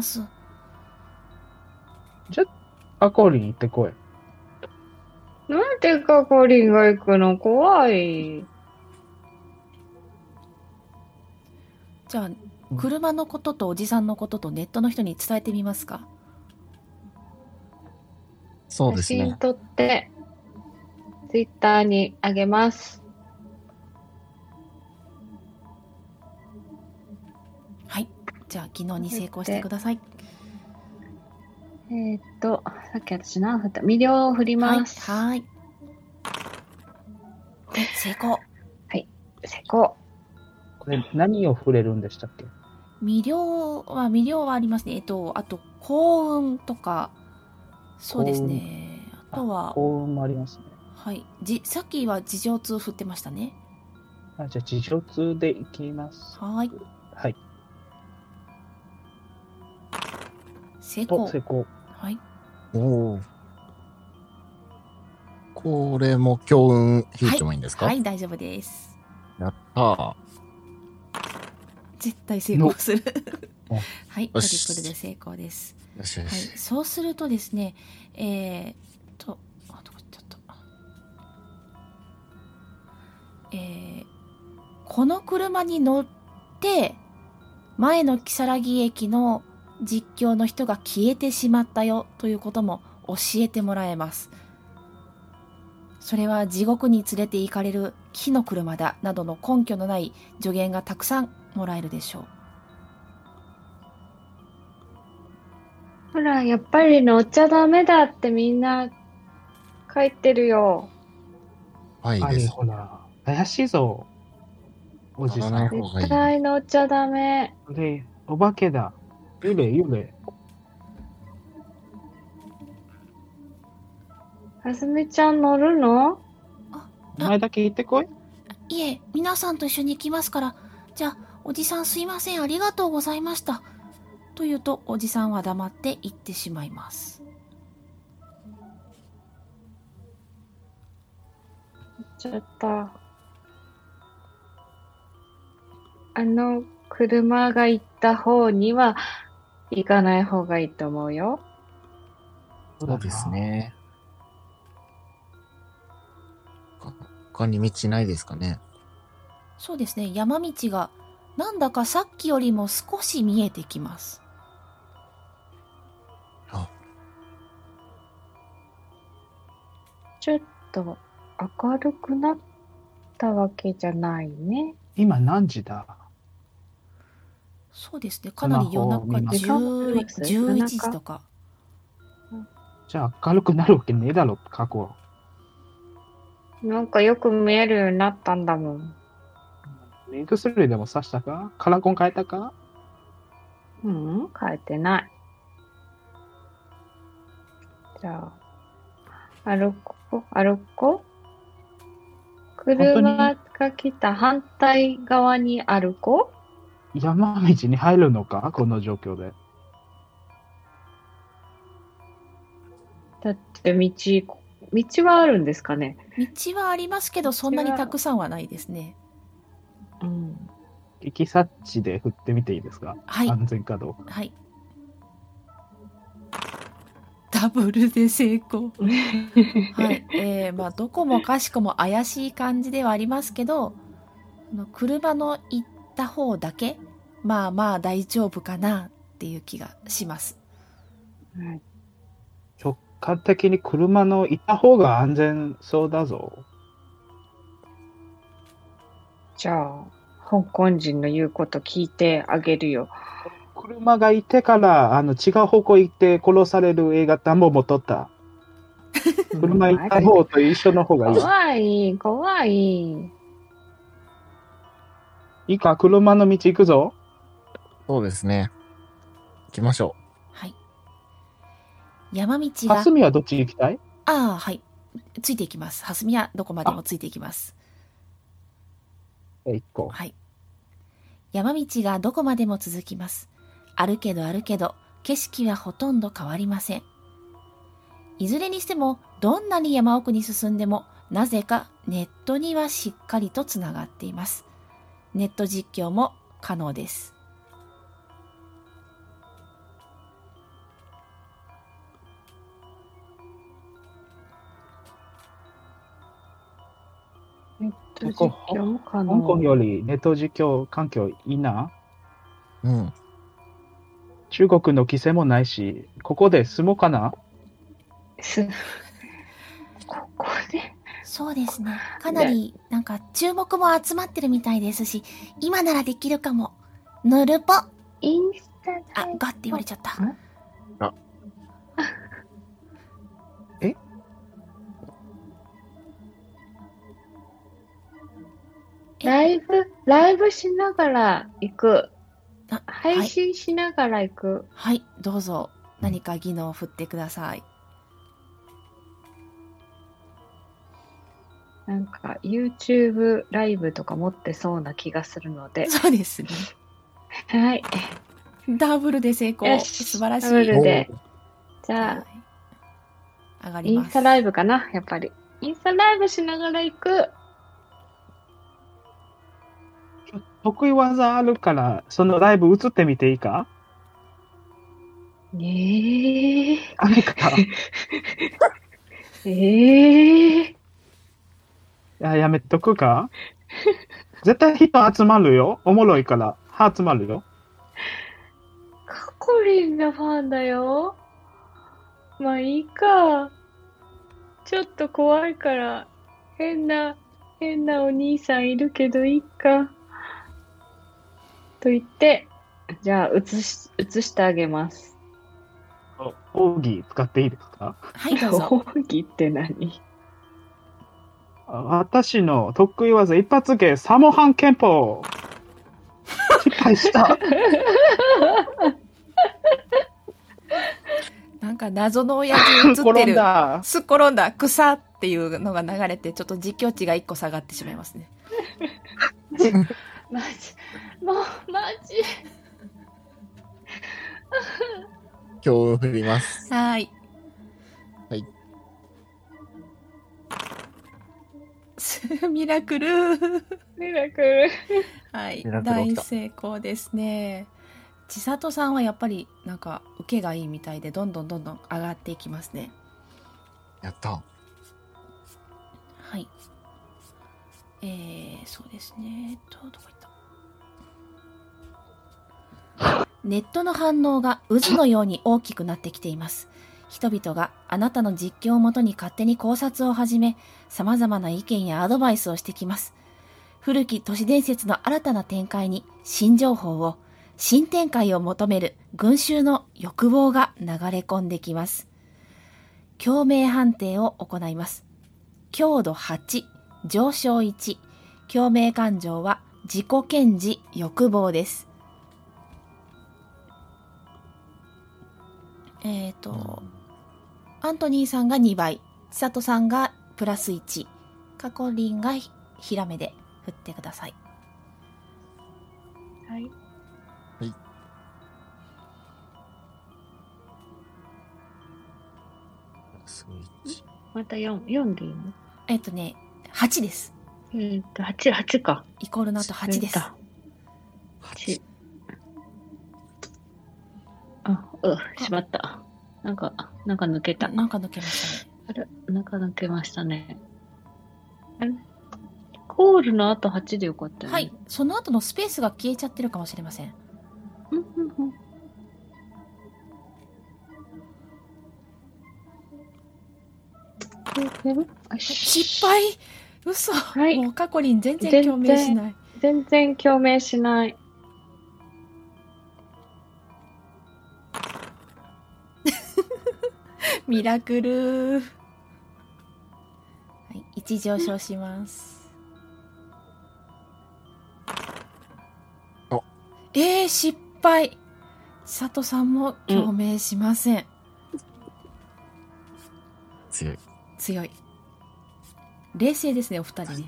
じゃあ、アコリン行ってこい。 なんでかコリンが行くの怖い。 じゃあ、車のこととおじさんのこととネットの人に伝えてみますか。 そうですね。 写真撮って、ツイッターにあげます。 はい。じゃあ、昨日に成功してください。 さっき私何振った？魅了を振ります。 はい。成功。 成功。 これ何を触れるんでしたっけ？ 魅了はありますね。あと、幸運とか、そうですね。あとは、 幸運もありますね。 はい。さっきは事情通振ってましたね。 じゃあ、事情通でいきます。 はい。 はい。 成功。 成功。 はい。 おお。これも強運引いてもいいんですか？ はい、大丈夫です。 やったー。 絶対成功する。はい、トリよしプルで成功です。 よしよはい、 し。 そうするとですね、どこ行っちゃった。この車に乗って、前の如月駅の実況の人が消えてしまったよということも教えてもらえます。それは地獄に連れて行かれる火の車だなどの根拠のない助言がたくさんもらえるでしょう。 ほら、やっぱり乗っちゃダメだってみんな書いてるよ。 あれ、 はいです。 ほら、怪しいぞ。おじさん。 絶対乗っちゃダメ。 で、お化けだ。幽霊。 はすみちゃん乗るの？ お前だけ行ってこい。 いえ、皆さんと一緒に行きますから、じゃあ、おじさんすいません、ありがとうございました。と言うと、おじさんは黙って行ってしまいます。 ちょっと。車が行った方には行かない方がいいと思うよ。 そうですね。他に道ないですかね。 そうですね、山道がなんだかさっきよりも少し見えてきます。 ちょっと明るくなったわけじゃないね。 今何時だ？ そうですね、かなり夜中11時とか。 じゃあ明るくなるわけねえだろ、過去。 なんかよく見えるようになったんだもん。 目薬でも刺したか？カラコン変えたか？ 変えてない。じゃあ、歩こう。車が来た反対側に歩こう。山道に入るのか？この状況で。 だって道はあるんですかね？ 道はありますけど、そんなにたくさんはないですね。 行き察知で振ってみていいですか？ はい。 安全かどうか。 はい。ダブルで成功。はい。どこもかしこも怪しい感じではありますけど、車の行った方だけ、まあ大丈夫かなっていう気がします。 直感的に車の行った方が安全そうだぞ。 じゃあ、香港人の言うこと聞いてあげるよ。 車がいてから違う方向行って殺される映画何本も撮った。車行った方と一緒の方がいい。 怖い。 いいか、車の道行くぞ。 そうですね。行きましょう。はい。山道が。 蓮見はどっち行きたい？ はい。ついていきます。蓮見はどこまでもついていきます。 行こう。 はい。山道がどこまでも続きます。あるけど、景色はほとんど変わりません。いずれにしても、どんなに山奥に進んでも、 なぜかネットにはしっかりとつながっています。ネット実況も可能です。 ネット実況も可能。 香港よりネット実況環境いいな。 うん。 中国の規制もないし、ここで住もうかな。 ここでそうですね。かなりなんか注目も集まってるみたいですし、今ならできるかも。ぬるぽ。 インスタあ、ガって言われちゃった。 え？ ライブしながら行く。配はい、 信しながら行く。 はい、どうぞ何か技能を振ってください。 なんか YouTube ライブとか持ってそうな気がするので。 そうですね。 はい。 ダブルで成功。 よし素晴らしい。 ダブルで。じゃはいあ、 上がります。 インスタライブかな、やっぱり。インスタライブしながら行く。 得意技あるから、そのライブ映ってみていいか？ダメか。やめとくか？絶対人集まるよ。おもろいから。集まるよ。 カコリンのファンだよ。まあいいか。ちょっと怖いから、変なお兄さんいるけどいいか。と言って、じゃあ映してあげます。 奥義使っていいですか？ はい、どうぞ。 奥義って何？ 私の得意技一発芸サモハン憲法。失敗した。 なんか謎の親父映って転んる。 だ。 すっ転んだ。草っていうのが流れて、ちょっと実況値が1個下がってしまいますね。 マジ。もう、マジ。 今日振ります。 はい。 はい。 ミラクル。 ミラクル。 はいミラ。クル大起きた成功ですね。千里さんはやっぱりなんか受けがいいみたいで、どんどん上がっていきますね。 やった。 はい。そうですね。どこ行った？ネットの反応が渦のように大きくなってきています。人々があなたの実況をもとに勝手に考察を始め、様々な意見やアドバイスをしてきます。古き都市伝説の新たな展開に新情報を、新展開を求める群衆の欲望が流れ込んできます。共鳴判定を行います。強度8、上昇1、共鳴感情は自己顕示欲望です。アントニーさんが2倍、千里さんがプラス1、カコリンがひらめで振ってください。 はい。 スイッチ。 また4でいいの 8です。 8か。 イコールの後8です。 8。しまった。なんか抜けた。 なんか抜けましたね。 あれ、なんか抜けましたね。あれ、コールの後8でよかったよね。 はい。その後のスペースが消えちゃってるかもしれません。失敗。嘘、 はい、 もうカコリン全然共鳴しない。 全然共鳴しない。 ミラクル。はい、1上昇します。失敗。千里さんも共鳴しません。強い。冷静ですね、お二人ね。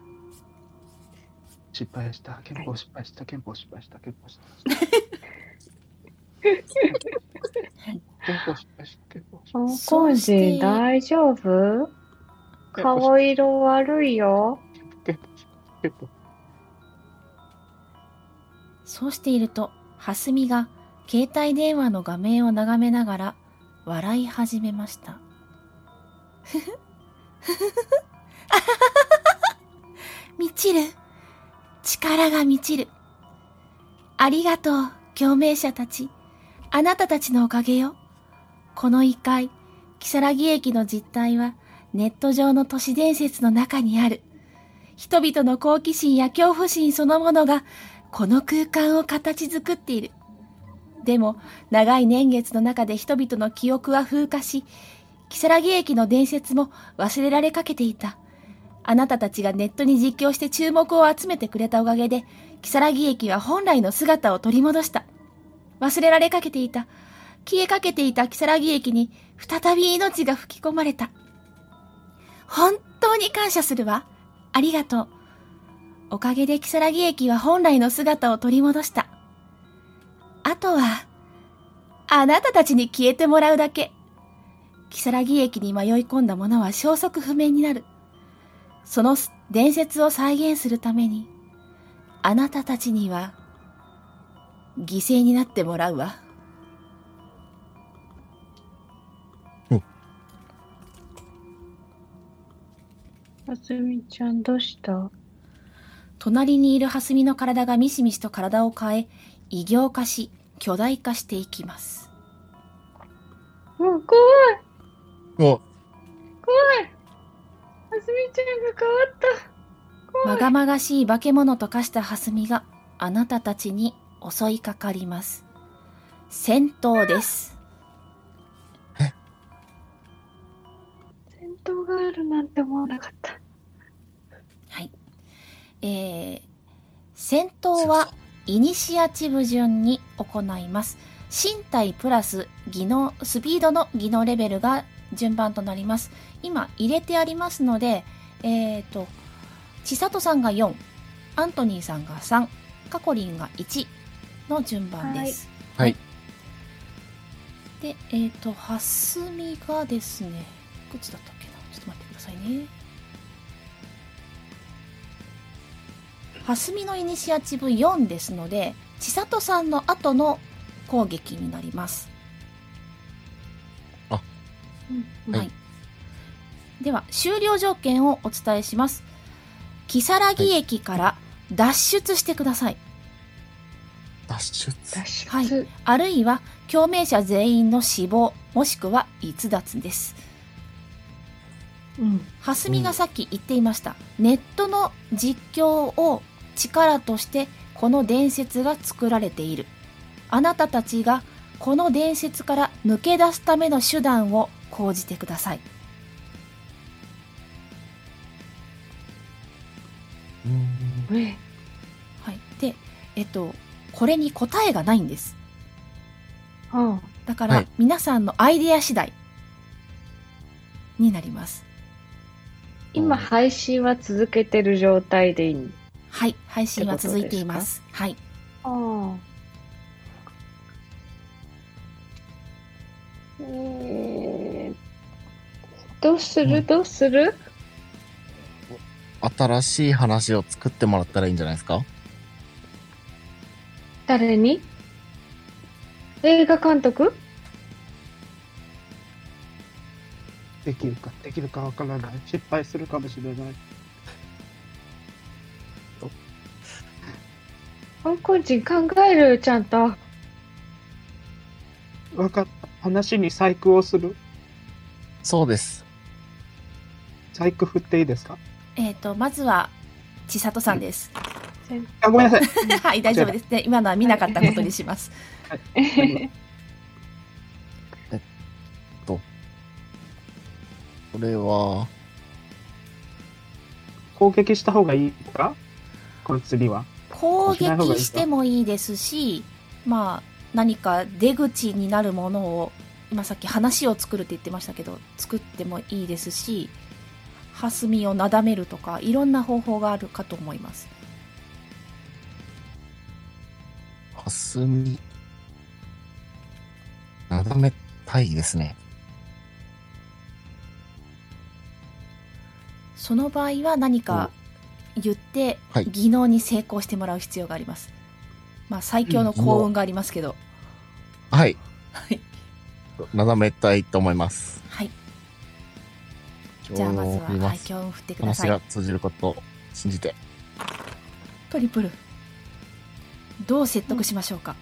失敗した。憲法失敗した。憲法失敗した。憲法失敗した。憲法失敗した。憲法失敗した。 コージ大丈夫？ 顔色悪いよ。 そうしていると、はすみが携帯電話の画面を眺めながら笑い始めました。ふふ。満ちる。力が満ちる。ありがとう、共鳴者たち。あなたたちのおかげよ。この異界、如月駅の実態はネット上の都市伝説の中にある。人々の好奇心や恐怖心そのものがこの空間を形作っている。でも、長い年月の中で人々の記憶は風化し、如月駅の伝説も忘れられかけていた。あなたたちがネットに実況して注目を集めてくれたおかげで、如月駅は本来の姿を取り戻した。忘れられかけていた、消えかけていた如月駅に再び命が吹き込まれた。本当に感謝するわ。ありがとう。おかげで如月駅は本来の姿を取り戻した。あとは、あなたたちに消えてもらうだけ。如月駅に迷い込んだ者は消息不明になる。その伝説を再現するために、あなたたちには、犠牲になってもらうわ。 はすみちゃんどうした？ 隣にいるはすみの体がみしみしと体を変え、異形化し、巨大化していきます。 もう怖い。 も怖い。はすみちゃんが変わった。怖い。 まがまがしい化け物と化したはすみがあなたたちに襲いかかります。戦闘です。 戦闘があるなんて思わなかった。 はい。戦闘はイニシアチブ順に行います。身体プラス技能、スピードの技能レベルが順番となります。今入れてありますので、千里さんが4、アントニーさんが3、カコリンが1の順番です。 はい。 で、はすみがですね、いくつだったっけな、ちょっと待ってくださいね。はすみのイニシアチブ4ですので、千里さんの後の攻撃になります。 あ、 うんはい。では、終了条件をお伝えします。如月駅から脱出してください。 脱出。 脱出。 はい。あるいは、共鳴者全員の死亡、もしくは逸脱です。 うん。 はすみがさっき言っていました。ネットの実況を力としてこの伝説が作られている。あなたたちがこの伝説から抜け出すための手段を講じてください。 え、 はい。で、これに答えがないんです。 あだから、 はい皆さんのアイデア次第になります。 今配信は続けてる状態でいいの？ はい。配信は続いています。はい。 ああ。どうする？どうする？ 新しい話を作ってもらったらいいんじゃないですか？ 誰に？映画監督？ できるかわからない。失敗するかもしれない。 香港人考えるちゃんと。 わかった。話に細工をする。 そうです。 細工振っていいですか？ まずは、千里さんです。 あ、ごめんなさい。 はい、大丈夫ですね。今のは見なかったことにします。 これは、 攻撃した方がいいか？こいつには。 攻撃してもいいですし、まあ、何か出口になるものを、今さっき話を作るって言ってましたけど、作ってもいいですし、はすみをなだめるとか、いろんな方法があるかと思います。 はすみ、なだめたいですね。 その場合は何か言ってはい技能に成功してもらう必要があります。まあ最強の幸運がありますけど。 はい。 はい。 なだめたいと思います。 はい。じゃあまずは、はい、強運振ってください。 話が通じることを信じて。 トリプル。どう説得しましょうか。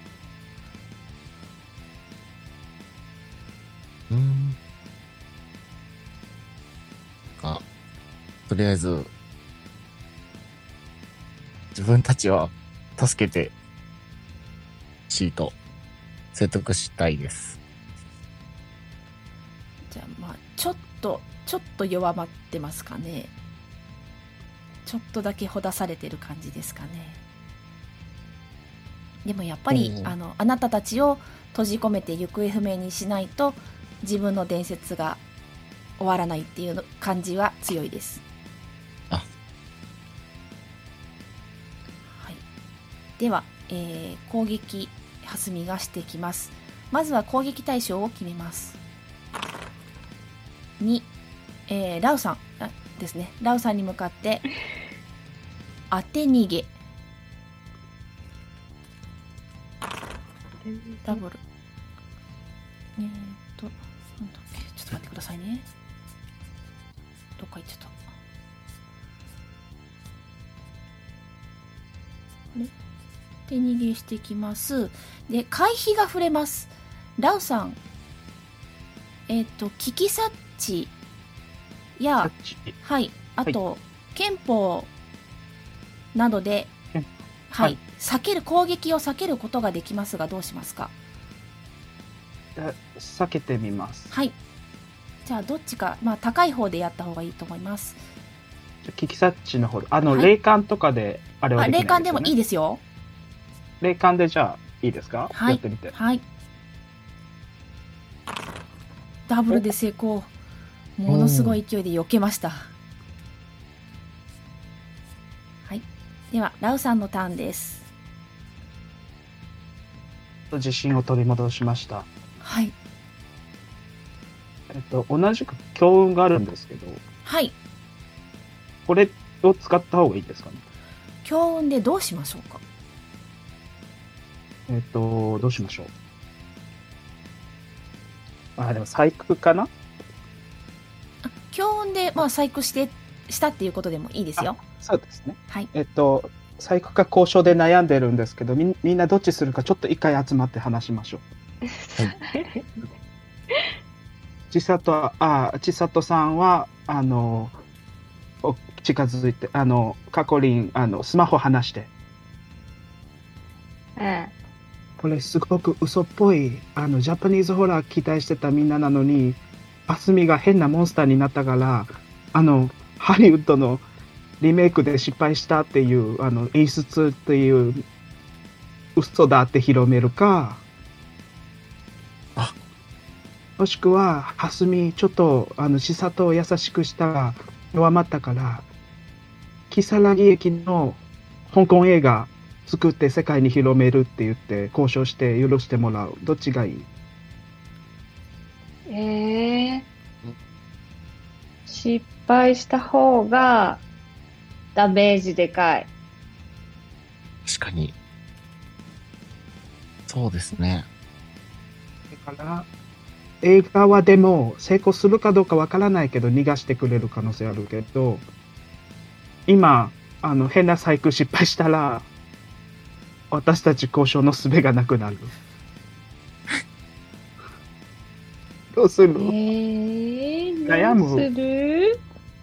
とりあえず、自分たちは助けてほしいと説得したいです。 じゃあまあちょっと弱まってますかね。ちょっとだけほだされてる感じですかね。でもやっぱりあなたたちを閉じ込めて行方不明にしないと自分の伝説が終わらないっていう感じは強いです。 あ、 はい、では、攻撃蓮見がしてきます。まずは攻撃対象を決めます。2、ラウさんですね。ラウさんに向かって当て逃げダブル。なんだっけ、ちょっと待ってくださいね。どっか行っちゃった。あれ？手逃げしてきます。で、回避が触れます。ラウさん、危機察知や、はい、あと、憲法などで、はい、攻撃を避けることができますが、どうしますか？ 避けてみます。 はい。じゃあどっちか、まあ高い方でやった方がいいと思います。 危機察知の方、 はい、 霊感とかであれはできないですよね。 霊感でもいいですよ。 霊感でじゃあいいですか？ はい、 やってみて。 はい。ダブルで成功。ものすごい勢いで避けました。はい。ではラウさんのターンです。 自信を取り戻しました。 はい。 同じく強運があるんですけど、 はい。 これを使った方がいいですかね？ 強運でどうしましょうか？ どうしましょう。でも細工かな？ 強運でまあ細工したっていうことでもいいですよ。 そうですね。 はい。 細工か交渉で悩んでるんですけど、みんなどっちするかちょっと一回集まって話しましょう。千里さんは近づいてカコリンスマホ離して。これすごく嘘っぽいジャパニーズホラー期待してたみんななのに、アスミが変なモンスターになったからハリウッドのリメイクで失敗したっていう演出っていう嘘だって広めるか、もしくはハスミちょっと千里を優しくしたら弱まったから如月駅の香港映画作って世界に広めるって言って交渉して許してもらう。どっちがいい？ 失敗した方がダメージでかい。 確かに。そうですね。 だから映画はでも成功するかどうかわからないけど逃がしてくれる可能性あるけど、今変な細工失敗したら私たち交渉の術がなくなる。どうする？悩む？ どうする？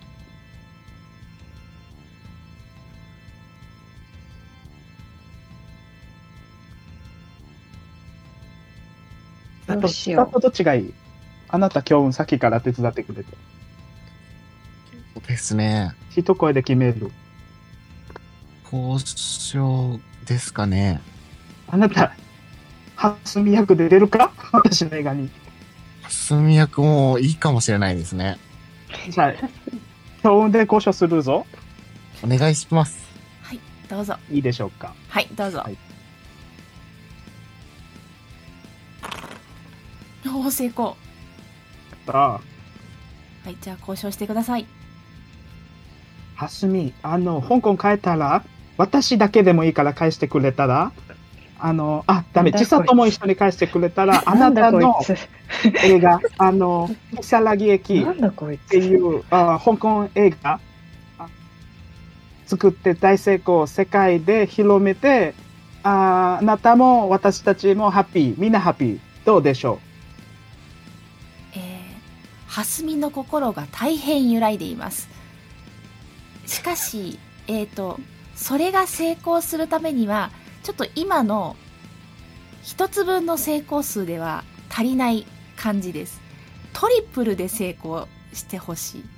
どうしよう。 どっちがいい？あなた強運さっきから手伝ってくれて。 そうですね。 一声で決める。 交渉ですかね。 あなた、ハスミ役で出るか？私の映画に。 住役もいいかもしれないですね。 じゃあ、強運で交渉するぞ。 お願いします。 はい、どうぞ。 いいでしょうか？ はい、どうぞ。 はい、 成功。 はい、じゃあ交渉してください。 はすみ、香港帰ったら、私だけでもいいから返してくれたら、ダメ、千里も一緒に返してくれたら、あなたの映画、如月駅なんだこいつ。 っていう香港映画作って大成功、世界で広めて、あなたも私たちもハッピー、みんなハッピー、どうでしょ蓮見の心が大変揺らいでいます。しかし、それが成功するためには、ちょっと今の一つ分の成功数では足りない感じです。トリプルで成功してほしい。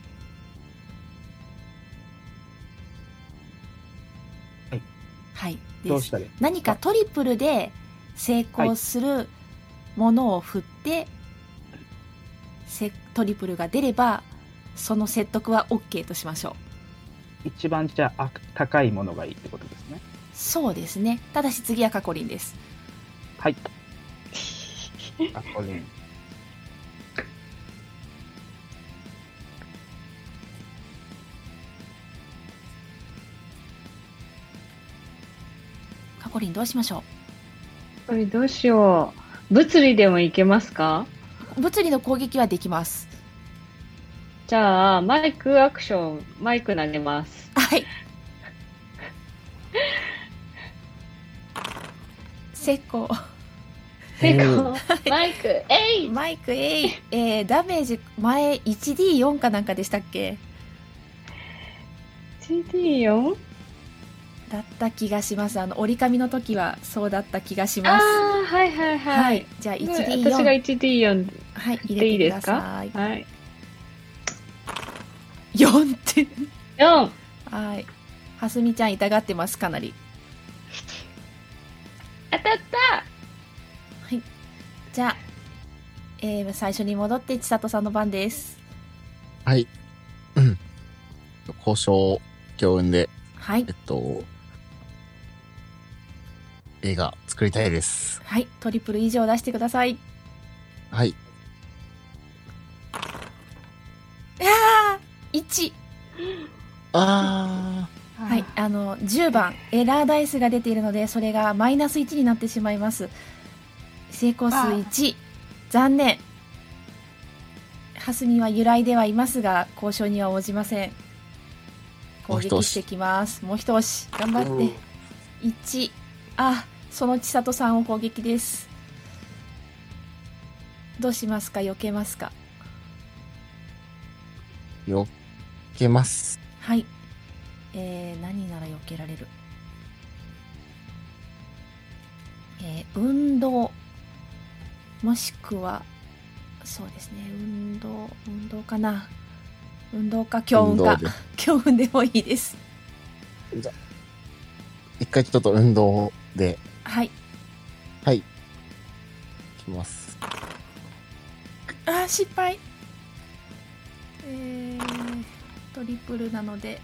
はい。 はい。 う？どうしたらいい？ 何かトリプルで成功するものを振って、トリプルが出れば、その説得は OK としましょう。 一番じゃあ高いものがいいってことですね。 そうですね。ただし次はカコリンです。 はい。カコリン。 カコリンどうしましょこれどうしよう。物理でもいけますか？ う。物理の攻撃はできます。 じゃあ、マイクアクション、マイク投げます。 はい。成功。 成功。マイク、えい！ マイクダメージ前 1D4 かなんかでしたっけ？ CD4？ だった気がします。折り紙の時はそうだった気がします。 はいはいはい。 はい。じゃあ 1D4。 私が 1D4 はい、入でいいれてくだですか？ さい。 はい。 4点。 4! はい。はすみちゃん痛がってます、かなり。 当たった！ はい。じゃあ、最初に戻って千里さんの番です。 はい。交渉強運で、 はい。 映画作りたいです。 はい。トリプル以上出してください。いはい。 やー !1。 あはい。10番、エラーダイスが出ているので、それがマイナス1になってしまいます。成功数1。残念。はすみは揺らいではいますが、交渉には応じません。攻撃してきます。もう一押し。頑張って。1。その千里さんを攻撃です。どうしますか？避けますか？ 避けます。 はい。何なら避けられる？運動。もしくは、そうですね。運動かな。運動か強運か。強運でもいいです。 じゃ一回ちょっと運動で。 はい。 はい。いきます。 失敗。トリプルなので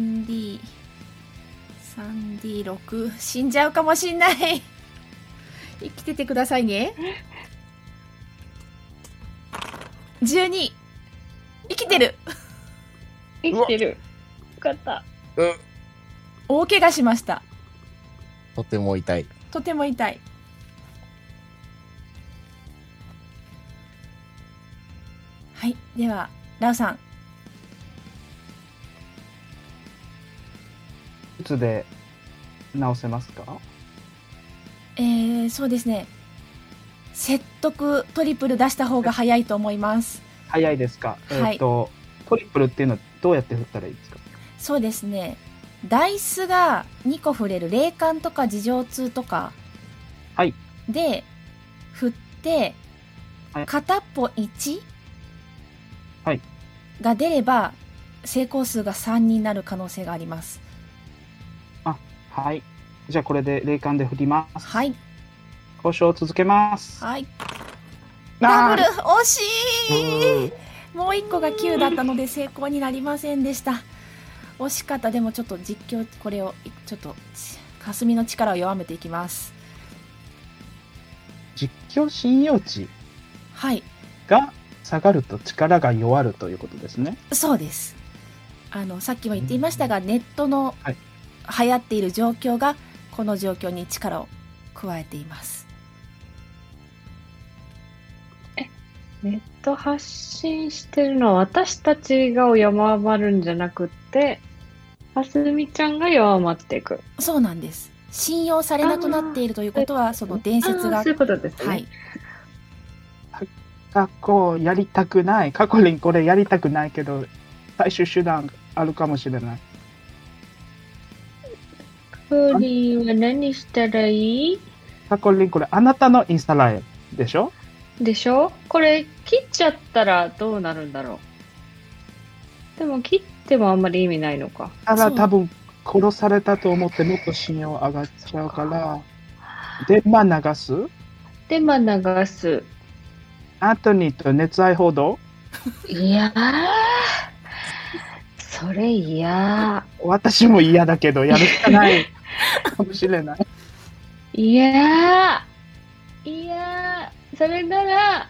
3D6 死んじゃうかもしんない。生きててくださいね。12。生きてる。 生きてる。よかった。 大怪我しました。 とても痛い。 とても痛い。はい。では、ラウさん。 いつで直せますか？ そうですね。説得トリプル出した方が早いと思います。 早いですか？ はい。 トリプルっていうのはどうやって振ったらいいですか？ そうですね。ダイスが2個振れる霊感とか事情通とかで振って、 はい、 片っぽ1、 はい、 が出れば成功数が3になる可能性があります。 はい。じゃあこれで霊感で振ります。 はい。 交渉を続けます。 はい。ダブル惜しい。もう1個が9だったので成功になりませんでした。惜しかった。でもちょっと実況、これをちょっと霞の力を弱めていきます。 実況信用値はいが下がると力が弱るということですね。 そうです。 さっきも言っていましたが、ネットのはい流行っている状況がこの状況に力を加えています。 ネット発信してるのは私たちが弱まるんじゃなくって、はすみちゃんが弱まっていく。 そうなんです。信用されなくなっているということは、その伝説が、 そういうことですね。 はい。 学校やりたくない。カコリンこれやりたくないけど、最終手段あるかもしれない。 クリーンは何したらいいカコリンこれあなたのインスタライブでしょ？ でしょ？これ切っちゃったらどうなるんだろう。でも切ってもあんまり意味ないのか。 たそうだ多分殺されたと思ってもっと信用上がっちゃうから、デマ流す？ で、まあ流す。 アントニーと熱愛報道？ いやー、それ嫌。 私も嫌だけど、やるしかないかもしれない。 いやー、いやー、それなら、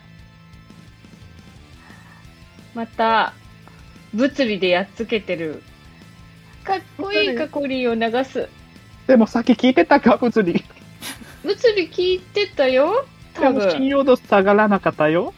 また、物理でやっつけてる。かっこいいカコリンを流す。 でもさっき聞いてたか、物理。 物理聞いてたよで多分。 も信用度下がらなかったよ。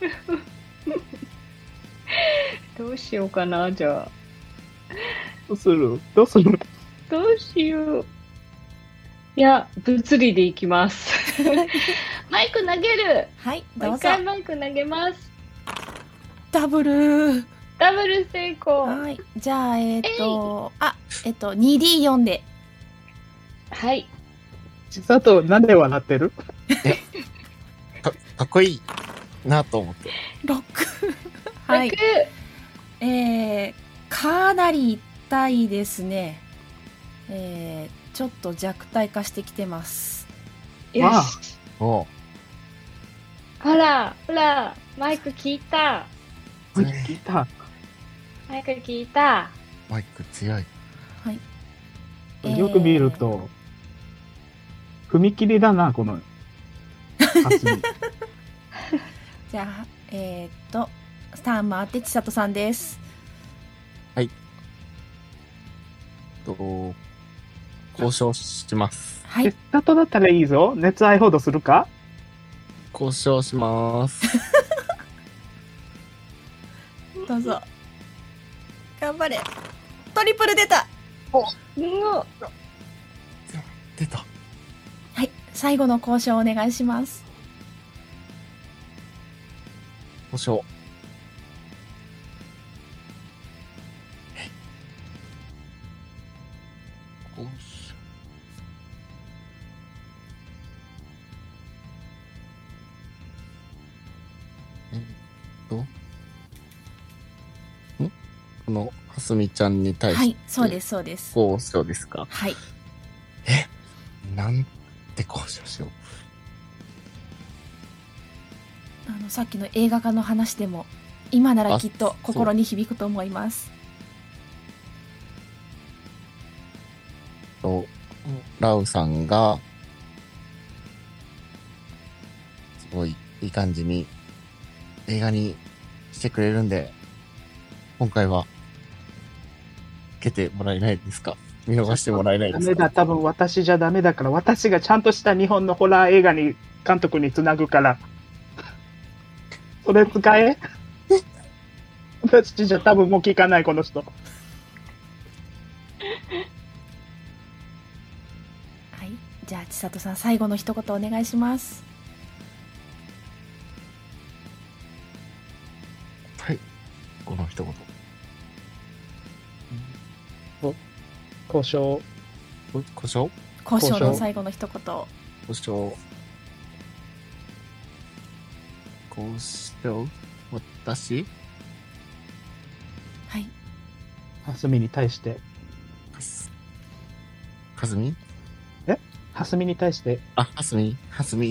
どうしようかな、じゃあ。 どうする？どうする？ どうしよう。いや、物理でいきます。マイク投げる。 はい、 もう一どうぞ。 回マイク投げます。 ダブル。 ダブル成功。 はい。じゃあ、2D4 で。 はい。 千里、なんで笑ってる？ かっこいいなと思って。 6。はい。かなり痛いですね。ちょっと弱体化してきてます。 よわあし。 おうほら、ほら、マイク聞いた。 聞いた。 マイク聞いた。 マイク強い。 はい。 よく見ると、踏切だな、この。蓮見じゃあ、ターン回って千里さんです。 と、交渉します。 はい。 千里だったらいいぞ。熱愛報道するか？ 交渉します。 どうぞ。頑張れ。トリプル出た。 出た。 はい。最後の交渉お願いします。 交渉。交渉。この、はすみちゃんに対して、 はい。そうです、そうです。 交渉ですか？ はい。 なんて交渉しよう。 さっきの映画化の話でも、今ならきっと心に響くと思います。 と、ラウさんが、すごいいい感じに映画にしてくれるんで、今回は、受けてもらえないですか？見逃してもらえないですか？ ダメだ、多分私じゃダメだから、私がちゃんとした日本のホラー映画に監督につなぐから。それ使え？私じゃ多分もう聞かない、この人。 はい。じゃあ、千里さん、最後の一言お願いします。 はい。この一言。 交渉。 故障交渉交渉の最後の一言。 故障交渉私はい。 蓮見に対して。 かすみ蓮見に対して。 あ、はすみ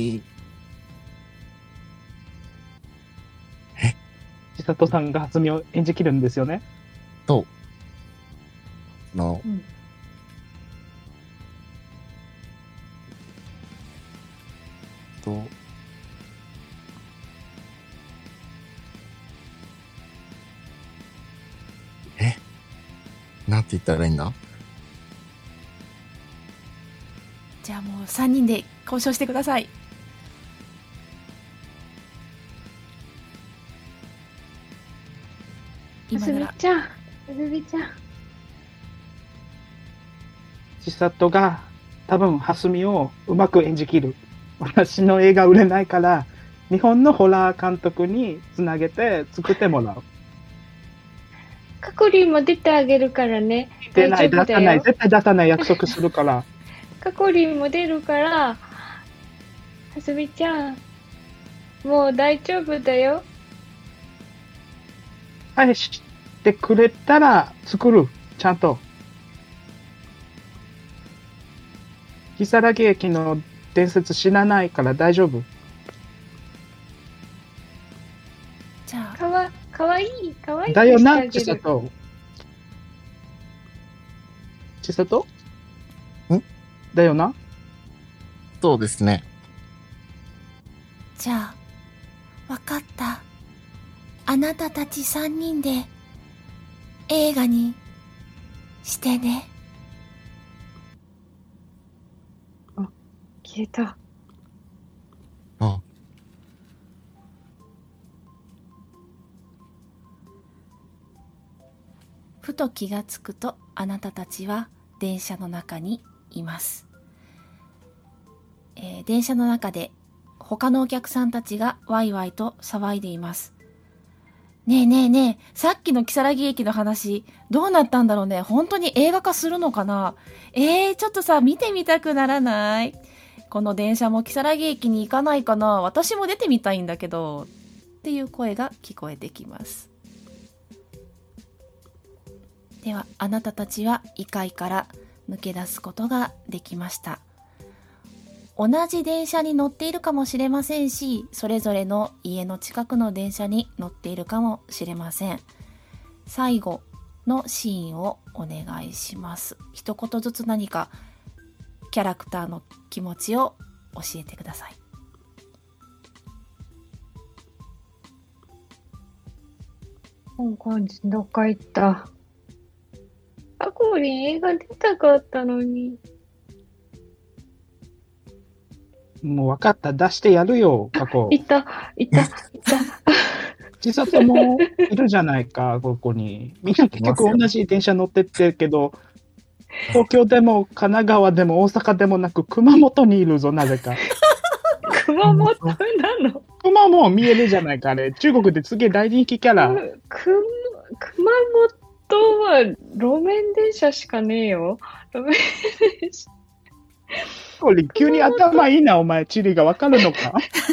千里さんが蓮見を演じきるんですよね。 の、 うんと、 なんて言ったらいいんだ？ じゃあもう3人で交渉してください。 あす今ならみちゃん、あすみちゃん。 千里が多分蓮見をうまく演じきる。私の映画売れないから、日本のホラー監督につなげて作ってもらう。 カコリンも出てあげるからね。 出ない、 大丈夫だよ出さない、絶対出さない約束するから。 カコリンも出るから、はすみちゃん、もう大丈夫だよ。 返してくれたら作る。ちゃんと。木更木駅の伝説知らないから大丈夫。 じゃあかわいいだよな、 にしてあげる。 千里。千里？ んだよな？ そうですね。 じゃあわかった。あなたたち3人で映画にしてね。 消えた。 あ、 ふと気がつくとあなたたちは電車の中にいます。電車の中で他のお客さんたちがワイワイと騒いでいます。ねえねえねえ、さっきの木更木駅の話どうなったんだろうね。本当に映画化するのかな。ちょっとさ見てみたくならない？この電車も木更木駅に行かないかな。私も出てみたいんだけどっていう声が聞こえてきます。ではあなたたちは異界から抜け出すことができました。同じ電車に乗っているかもしれませんし、それぞれの家の近くの電車に乗っているかもしれません。最後のシーンをお願いします。一言ずつ何かキャラクターの気持ちを教えてください。 香港人どっか行った。カコリン映画出たかったのに。 もう分かった。出してやるよ、過去。 いた。 千里もいるじゃないか、ここに。みんな結局同じ電車乗ってってるけど、東京でも神奈川でも大阪でもなく熊本にいるぞ、なぜか。 熊本なの？ 熊も見えるじゃないか、あれ。中国で次大人気キャラ。 熊本は路面電車しかねえよ。路面電車。 これ急に頭いいな、お前。地理がわかるのか？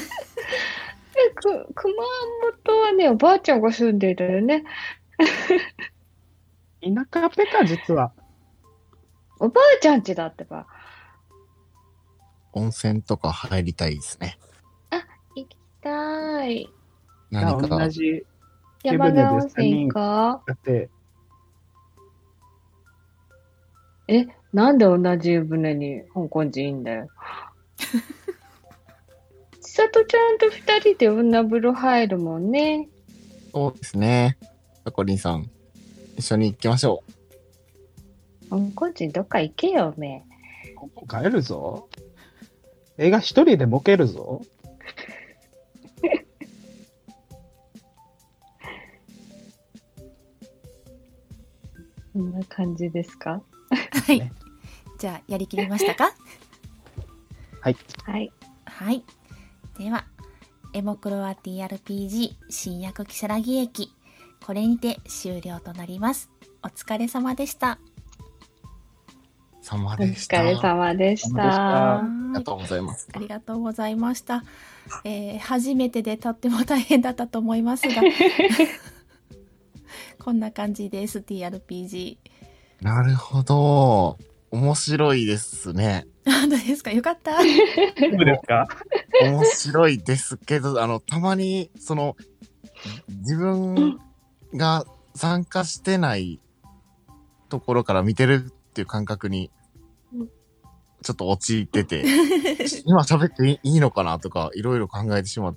熊本はね、おばあちゃんが住んでるよね。 田舎ペか、実は。 おばあちゃん家だってば。 温泉とか入りたいですね。 行きたい。 何か同じ山田温泉行こだって、 う。なんで同じ湯船に香港人いんだよ。千里ちゃんと2人で女風呂入るもんね。 そうですね。カコリンさん、一緒に行きましょ香港人どっか行けよ、おめえ。 ここ帰るぞ。映画一人でボケるぞ。 こんな感じですか？ はい。じゃあやりきりましたか？ はい。 はい。 はい。では、エモクロア TRPG 新薬木更木駅、これにて終了となります。お疲れ様でした。 う。様おでした。 疲れ様でしお疲れ様でしたた。 ありがとうございます。 ありがとうございました。初めてでとっても大変だったと思いますが、こんな感じです。TRPG。 なるほど。面白いですね。 本当ですか？よかった。 大丈夫ですか？ 面白いですけど、たまに、自分が参加してないところから見てるっていう感覚に、ちょっと陥ってて、今喋っていいのかなとか、いろいろ考えてしまって、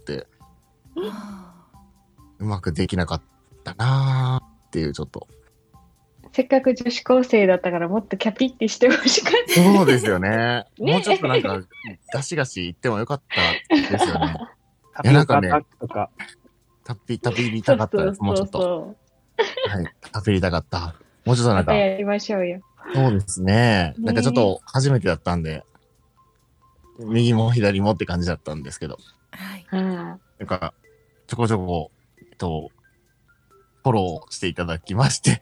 うまくできなかったなーっていう、ちょっと。 せっかく女子高生だったからもっとキャピってしてほしかった。 そうですよね。 ねもうちょっとなんか、ガシガシ言ってもよかったですよね。 タいやなんかねピオカタックとか。 タピりたかったです。もうちょっと。 そう。 はい。タピりたかった。もうちょっとなんか、 またやりましょうよ。 そうですね。 ねなんかちょっと初めてだったんで、右も左もって感じだったんですけど、 はい。 はいなんか、ちょこちょこ、フォローしていただきまして、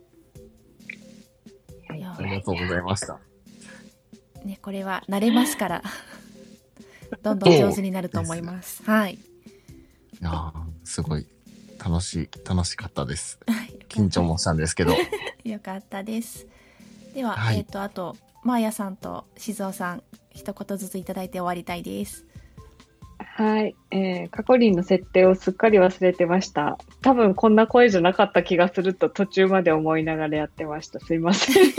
い。 いやありがとうございました。 ね、これは慣れますから、どんどん上手になると思います。はい。 いやーすごい楽しかったです。 はい緊張もしたんですけど、 よかったです。では、 はいあと、マーヤさんと静雄さん、一言ずついただいて終わりたいです。 はい。カコリンの設定をすっかり忘れてました。多分こんな声じゃなかった気がすると途中まで思いながらやってました。すいません。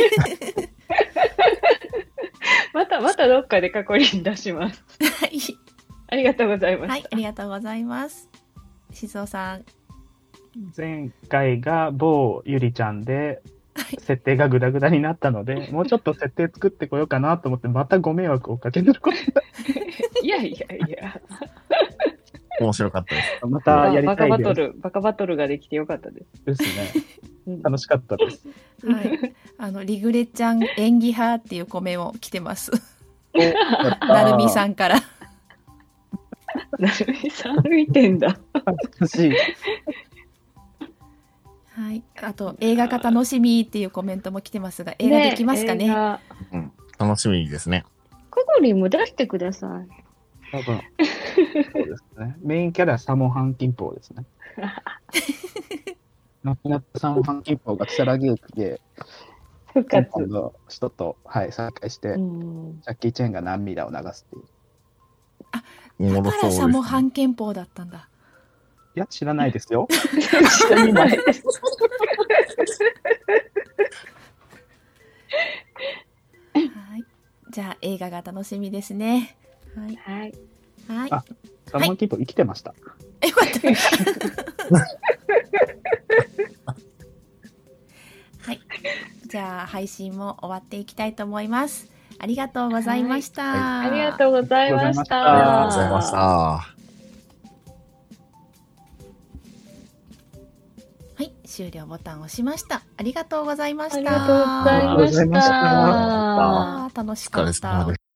またどっかでカコリン出します。 はい。 ありがとうございます。 はい、ありがとうございます。静雄さん、 前回が某ゆりちゃんで、設定がグダグダになったので、もうちょっと設定作ってこようかなと思って、またご迷惑をおかけになることいやいやいや。 面白かったです。 またやりバたいです。 カバトルができてよかったです。 ですね。 うん楽しかったです。 はい。リグレちゃん演技派っていうコメも来てます。 おやったーなるみさんから。 なるみさん見てんだ。 恥ずかしい。 はい。あと、映画化楽しみっていうコメントも来てますが、映画できますかね。 映画うん。楽しみですね。 カコリンも出してください。 多分。そうですね。メインキャラサモハンキンポウですね。亡くなったサモハンキンポウが木更木駅で、香復活。 港の人と、はい、再会して、 うん。 ジャッキー・チェンが涙を流すっていう。 おもろだかそうですねらサモハン憲法だったんだ。 いや、知らないですよ。 知らないです。 はい。じゃあ、映画が楽しみですね。はい。 はい。 はい。 あサモハンキンポウ生きてました。 よかった。はい。じゃあ、配信も終わっていきたいと思います。ありがとうございました。 ありがとうございましあた。 ありがとうございました。 はい、終了ボタンを押しました。ありがとうございました。 ありがとうございましありがとうございましたた。 あー楽しお疲れかった様で。す。